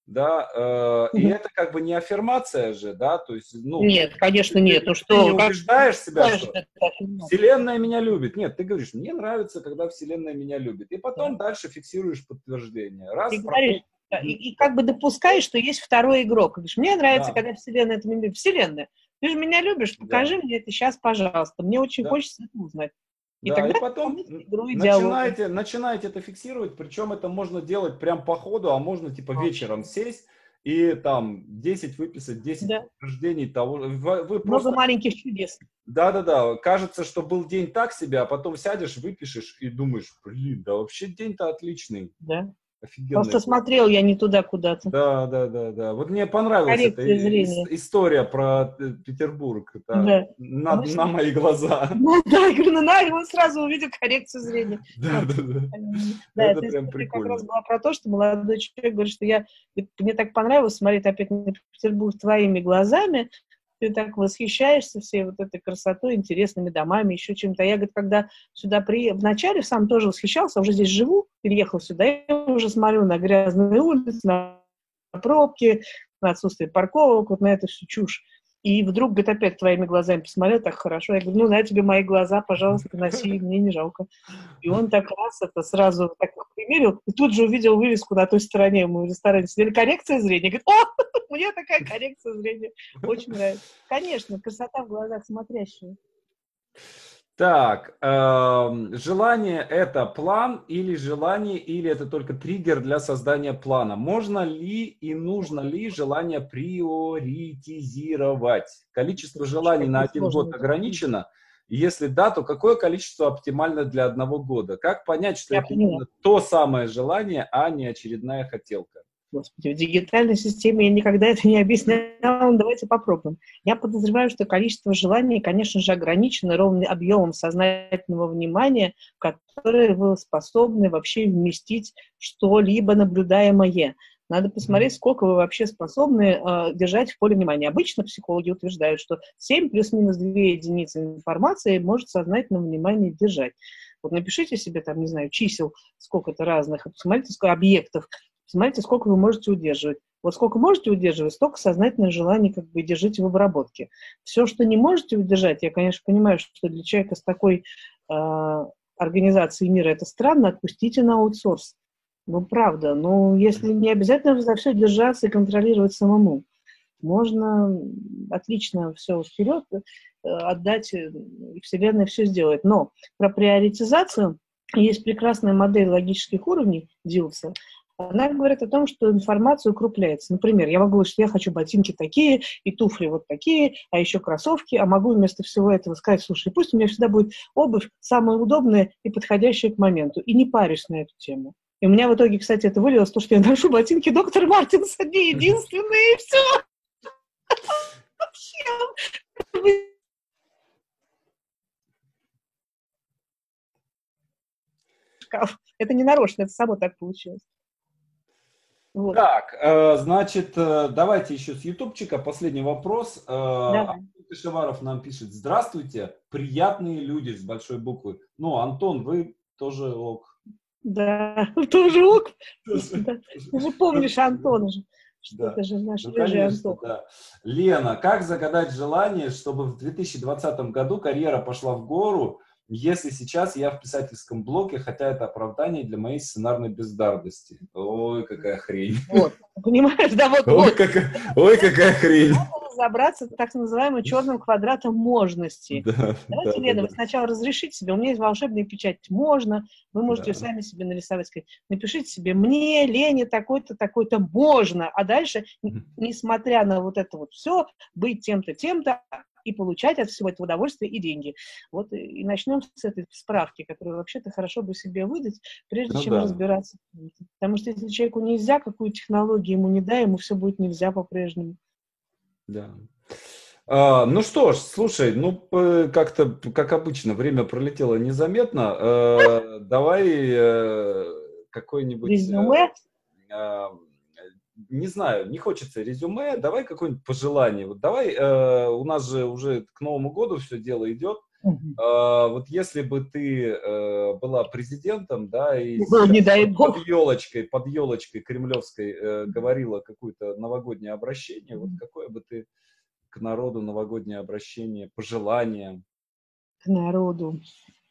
да, э, и это как бы не аффирмация же, да, то есть, ну... Нет, конечно, ты, нет, ну ты что... не убеждаешь себя, что Вселенная меня любит, нет, ты говоришь, мне нравится, когда Вселенная меня любит, и потом да. дальше фиксируешь подтверждение. Раз, ты говоришь, И, и как бы допускаешь, что есть второй игрок. Говоришь, мне нравится, да. когда Вселенная это меня любит. Вселенная, ты же меня любишь, покажи да. мне это сейчас, пожалуйста. Мне очень да. хочется это узнать. И, да, тогда и потом начинаете, начинаете это фиксировать, причем это можно делать прям по ходу, а можно типа а. вечером сесть и там десять выписать, десять да. утверждений того. Вы, вы Много просто... маленьких чудес. Да-да-да, кажется, что был день так себе, а потом сядешь, выпишешь и думаешь, блин, да вообще день-то отличный. Да. Офигенный. Просто смотрел я не туда куда-то. Да, да, да, да. Вот мне понравилась эта история про Петербург да. на, а на мои глаза. Да, я говорю, на, он сразу увидел коррекцию зрения. Да, да, да. Да, это прям прикольно. Как раз была про то, что молодой человек говорит, что я, мне так понравилось смотреть опять на Петербург твоими глазами. Ты так восхищаешься всей вот этой красотой, интересными домами, еще чем-то. Я, говорит, когда сюда приехал, вначале сам тоже восхищался, уже здесь живу, переехал сюда, я уже смотрю на грязные улицы, на пробки, на отсутствие парковок, вот на эту всю чушь. И вдруг, говорит, опять твоими глазами посмотрел, так хорошо. Я говорю, ну, на тебе мои глаза, пожалуйста, носи, мне не жалко. И он так раз это сразу так примерил, и тут же увидел вывеску на той стороне, мы в ресторане сидели, коррекция зрения. Говорит, о, мне такая коррекция зрения очень нравится. Конечно, красота в глазах смотрящего. Так, эм, желание – это план или желание, или это только триггер для создания плана? Можно ли и нужно ли желание приоритизировать? Количество желаний на один год ограничено? Если да, то какое количество оптимально для одного года? Как понять, что Я это поняла. именно то самое желание, а не очередная хотелка? Господи, в дигитальной системе я никогда это не объясняла, давайте попробуем. Я подозреваю, что количество желаний, конечно же, ограничено ровным объемом сознательного внимания, которое вы способны вообще вместить что-либо наблюдаемое. Надо посмотреть, сколько вы вообще способны э, держать в поле внимания. Обычно психологи утверждают, что семь плюс-минус две единицы информации может сознательное внимание держать. Вот напишите себе там, не знаю, чисел сколько-то разных, посмотрите, сколько объектов, посмотрите, сколько вы можете удерживать. Вот сколько можете удерживать, столько сознательных желаний как бы держите в обработке. Все, что не можете удержать, я, конечно, понимаю, что для человека с такой э, организацией мира это странно, отпустите на аутсорс. Ну, правда, ну, если не обязательно за все держаться и контролировать самому. Можно отлично все вперед отдать, и Вселенная все сделает. Но про приоритизацию есть прекрасная модель логических уровней Дилса. Она говорит о том, что информация укрупняется. Например, я могу говорить, что я хочу ботинки такие, и туфли вот такие, а еще кроссовки, а могу вместо всего этого сказать, слушай, пусть у меня всегда будет обувь самая удобная и подходящая к моменту, и не парюсь на эту тему. И у меня в итоге, кстати, это вылилось, то, что я ношу ботинки доктор Мартинс, они единственные, и все. Это не нарочно, это само так получилось. Вот. Так, э, значит, э, давайте еще с ютубчика последний вопрос. Э, Антон Кашеваров нам пишет: здравствуйте, приятные люди с большой буквы. Ну, Антон, вы тоже ок. Да, тоже ок. Ты же помнишь Антона же. Что да. это же наш ну, рыжий конечно, Антон. Да. Лена, как загадать желание, чтобы в две тысячи двадцатом году карьера пошла в гору, если сейчас я в писательском блоке, хотя это оправдание для моей сценарной бездарности? Ой, какая хрень. Вот, понимаешь, да, вот. Ой, вот. Какая, ой, какая хрень. Надо разобраться с так называемым черным квадратом можности. Да, Давайте, да, Лена, да, вы да. сначала разрешите себе, у меня есть волшебная печать «можно», вы можете Да. ее сами себе нарисовать, сказать, напишите себе «мне, Лене, такой-то, такой-то можно», а дальше, несмотря на вот это вот все, быть тем-то, тем-то, и получать от всего этого удовольствие и деньги. Вот и начнем с этой справки, которую вообще-то хорошо бы себе выдать, прежде Ну, чем да. разбираться. Потому что если человеку нельзя, какую технологию ему не дай, ему все будет нельзя по-прежнему. Да. А, ну что ж, слушай, ну как-то, как обычно, время пролетело незаметно. А, давай а, какой-нибудь... Резюме? А, не знаю, не хочется резюме, давай какое-нибудь пожелание. Вот давай, э, у нас же уже к Новому году все дело идет. Угу. Э, вот если бы ты э, была президентом, да, и ну, не дай под, бог. под елочкой, под елочкой кремлевской э, говорила какое-то новогоднее обращение, вот какое бы ты к народу новогоднее обращение, пожелание? К народу.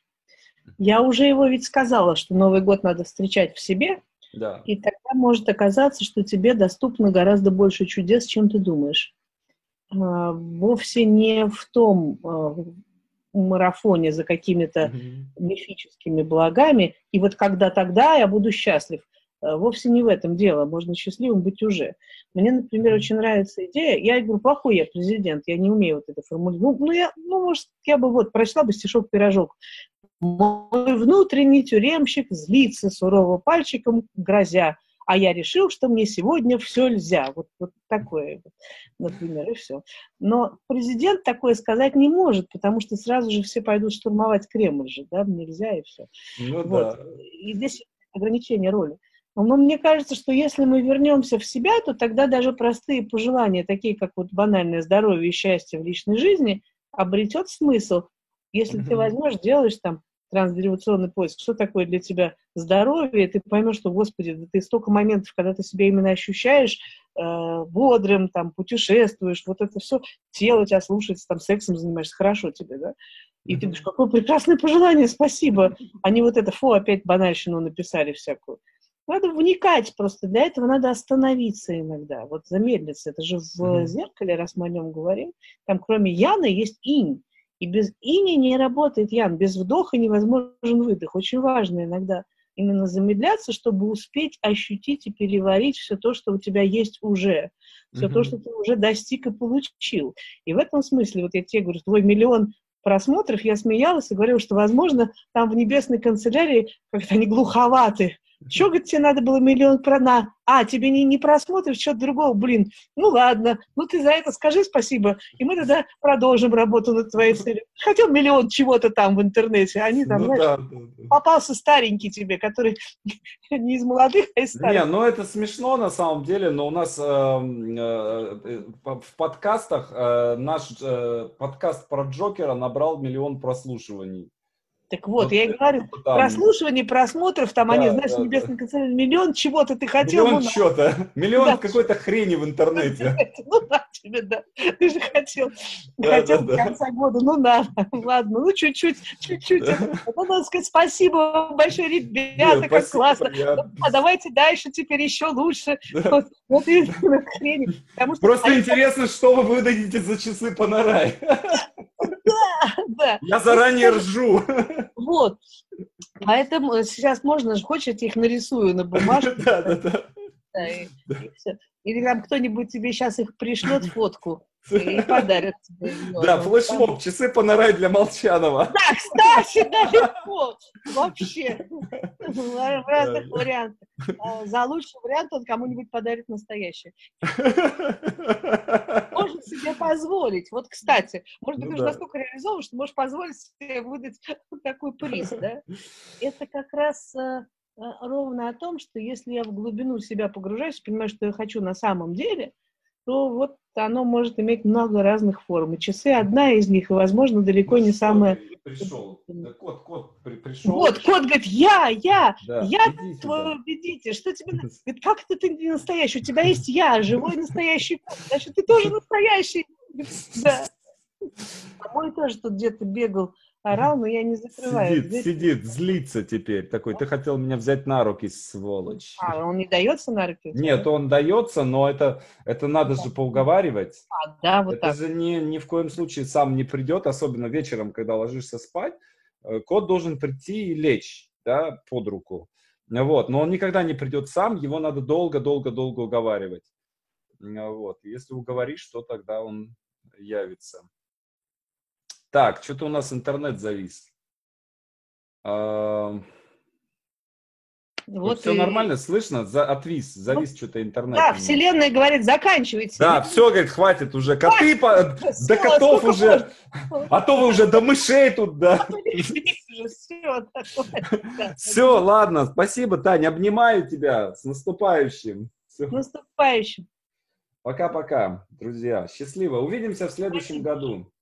Я уже его ведь сказала, что Новый год надо встречать в себе. Да. И тогда может оказаться, что тебе доступно гораздо больше чудес, чем ты думаешь. А, вовсе не в том а, марафоне за какими-то mm-hmm. мифическими благами, и вот когда тогда я буду счастлив. А, вовсе не в этом дело, можно счастливым быть уже. Мне, например, mm-hmm. очень нравится идея, я говорю, плохой я президент, я не умею вот это формулировать. Ну, ну, я, ну, может, я бы вот прочла бы стишок-пирожок. Мой внутренний тюремщик злится сурово пальчиком, грозя, а я решил, что мне сегодня все нельзя. Вот, вот такое, например, и все. Но президент такое сказать не может, потому что сразу же все пойдут штурмовать Кремль же, да, нельзя и все. Ну, вот. Да. И здесь ограничение роли. Но мне кажется, что если мы вернемся в себя, то тогда даже простые пожелания, такие как вот банальное здоровье и счастье в личной жизни, обретет смысл, если mm-hmm. ты возьмешь, делаешь там трансдеривационный поиск, что такое для тебя здоровье, и ты поймешь, что, господи, да ты столько моментов, когда ты себя именно ощущаешь э, бодрым, там, путешествуешь, вот это все, тело тебя слушается, там, сексом занимаешься, хорошо тебе, да? И ты говоришь, какое прекрасное пожелание, спасибо. Они вот это, фу, опять банальщину написали всякую. Надо вникать просто, для этого надо остановиться иногда, вот замедлиться. Это же в mm-hmm. зеркале, раз мы о нем говорим, там кроме яна есть инь. И без ини не работает ян, без вдоха невозможен выдох. Очень важно иногда именно замедляться, чтобы успеть ощутить и переварить все то, что у тебя есть уже, все mm-hmm. то, что ты уже достиг и получил. И в этом смысле, вот я тебе говорю, твой миллион просмотров, я смеялась и говорила, что, возможно, там в небесной канцелярии как-то они глуховаты. Чего, говорит, тебе надо было миллион про на... А, тебе не, не просмотришь, что-то другого, блин. Ну ладно, ну ты за это скажи спасибо, и мы тогда продолжим работу над твоей целью. Хотел миллион чего-то там в интернете, они там, ну, знаешь, да, да, да. Попался старенький тебе, который не из молодых, а из старых. Не, ну это смешно на самом деле, но у нас э, э, в подкастах э, наш э, подкаст про Джокера набрал миллион прослушиваний. Так вот, вот я и говорю, там... прослушивание, просмотров, там да, они, знаешь, да, небесный да. канцелярий, миллион чего-то ты хотел. Миллион ну, чего-то, миллион да. какой-то хрени в интернете. Ну да, тебе, да, ты же хотел, хотел до конца года, ну да, ладно, ну чуть-чуть, чуть-чуть. Надо сказать спасибо вам большое, ребята, как классно. А давайте дальше, теперь еще лучше. Вот именно хрени. Просто интересно, что вы выдадите за часы Панарай. Да, да. Я заранее ржу. Вот. Поэтому сейчас можно же, хочешь, я тебе их нарисую на бумажке. Да, да, да. Да, и, и все. Или там кто-нибудь тебе сейчас их пришлет фотку и подарят тебе. Да, флешмоб, часы Панарай для Молчанова. Да, кстати, да, легко. Вообще. В разных вариантах. За лучший вариант он кому-нибудь подарит настоящий. Может себе позволить. Вот, кстати, может быть, ну, ты уже да. настолько реализован, что можешь позволить себе выдать такой приз, да? Это как раз э, ровно о том, что если я в глубину себя погружаюсь, понимаю, что я хочу на самом деле, то вот оно может иметь много разных форм. И часы одна из них, и, возможно, далеко ну, не самая... Пришел. Да, кот, кот при, пришел. Вот, кот говорит, я, я, да, я твой сюда. победитель. Что тебе... Говорит, как это ты не настоящий? У тебя есть я, живой настоящий кот. Значит, ты тоже настоящий. Да. А мой тоже тут где-то бегал, орал, но я не закрываю. Сидит, дверь. Сидит, злится теперь. Такой, ты хотел меня взять на руки, сволочь. А, он не дается на руки? Нет, он дается, но это, это надо да. же поуговаривать. А, да, вот это так. же ни, ни в коем случае сам не придет, особенно вечером, когда ложишься спать. Кот должен прийти и лечь, да, под руку. Вот. Но он никогда не придет сам, его надо долго-долго-долго уговаривать. Вот. Если уговоришь, то тогда он явится. Так, что-то у нас интернет завис. А... Вот все и... нормально, слышно? За... Отвис, завис ну, что-то интернет. Да, вселенная говорит, заканчивайте. Да, все, говорит, хватит уже. Коты, по... все, до котов уже. Можно? А то вы уже до мышей тут, да. Все, ладно, спасибо, Таня, обнимаю тебя. С наступающим. С наступающим. Пока-пока, друзья. Счастливо. Увидимся в следующем году.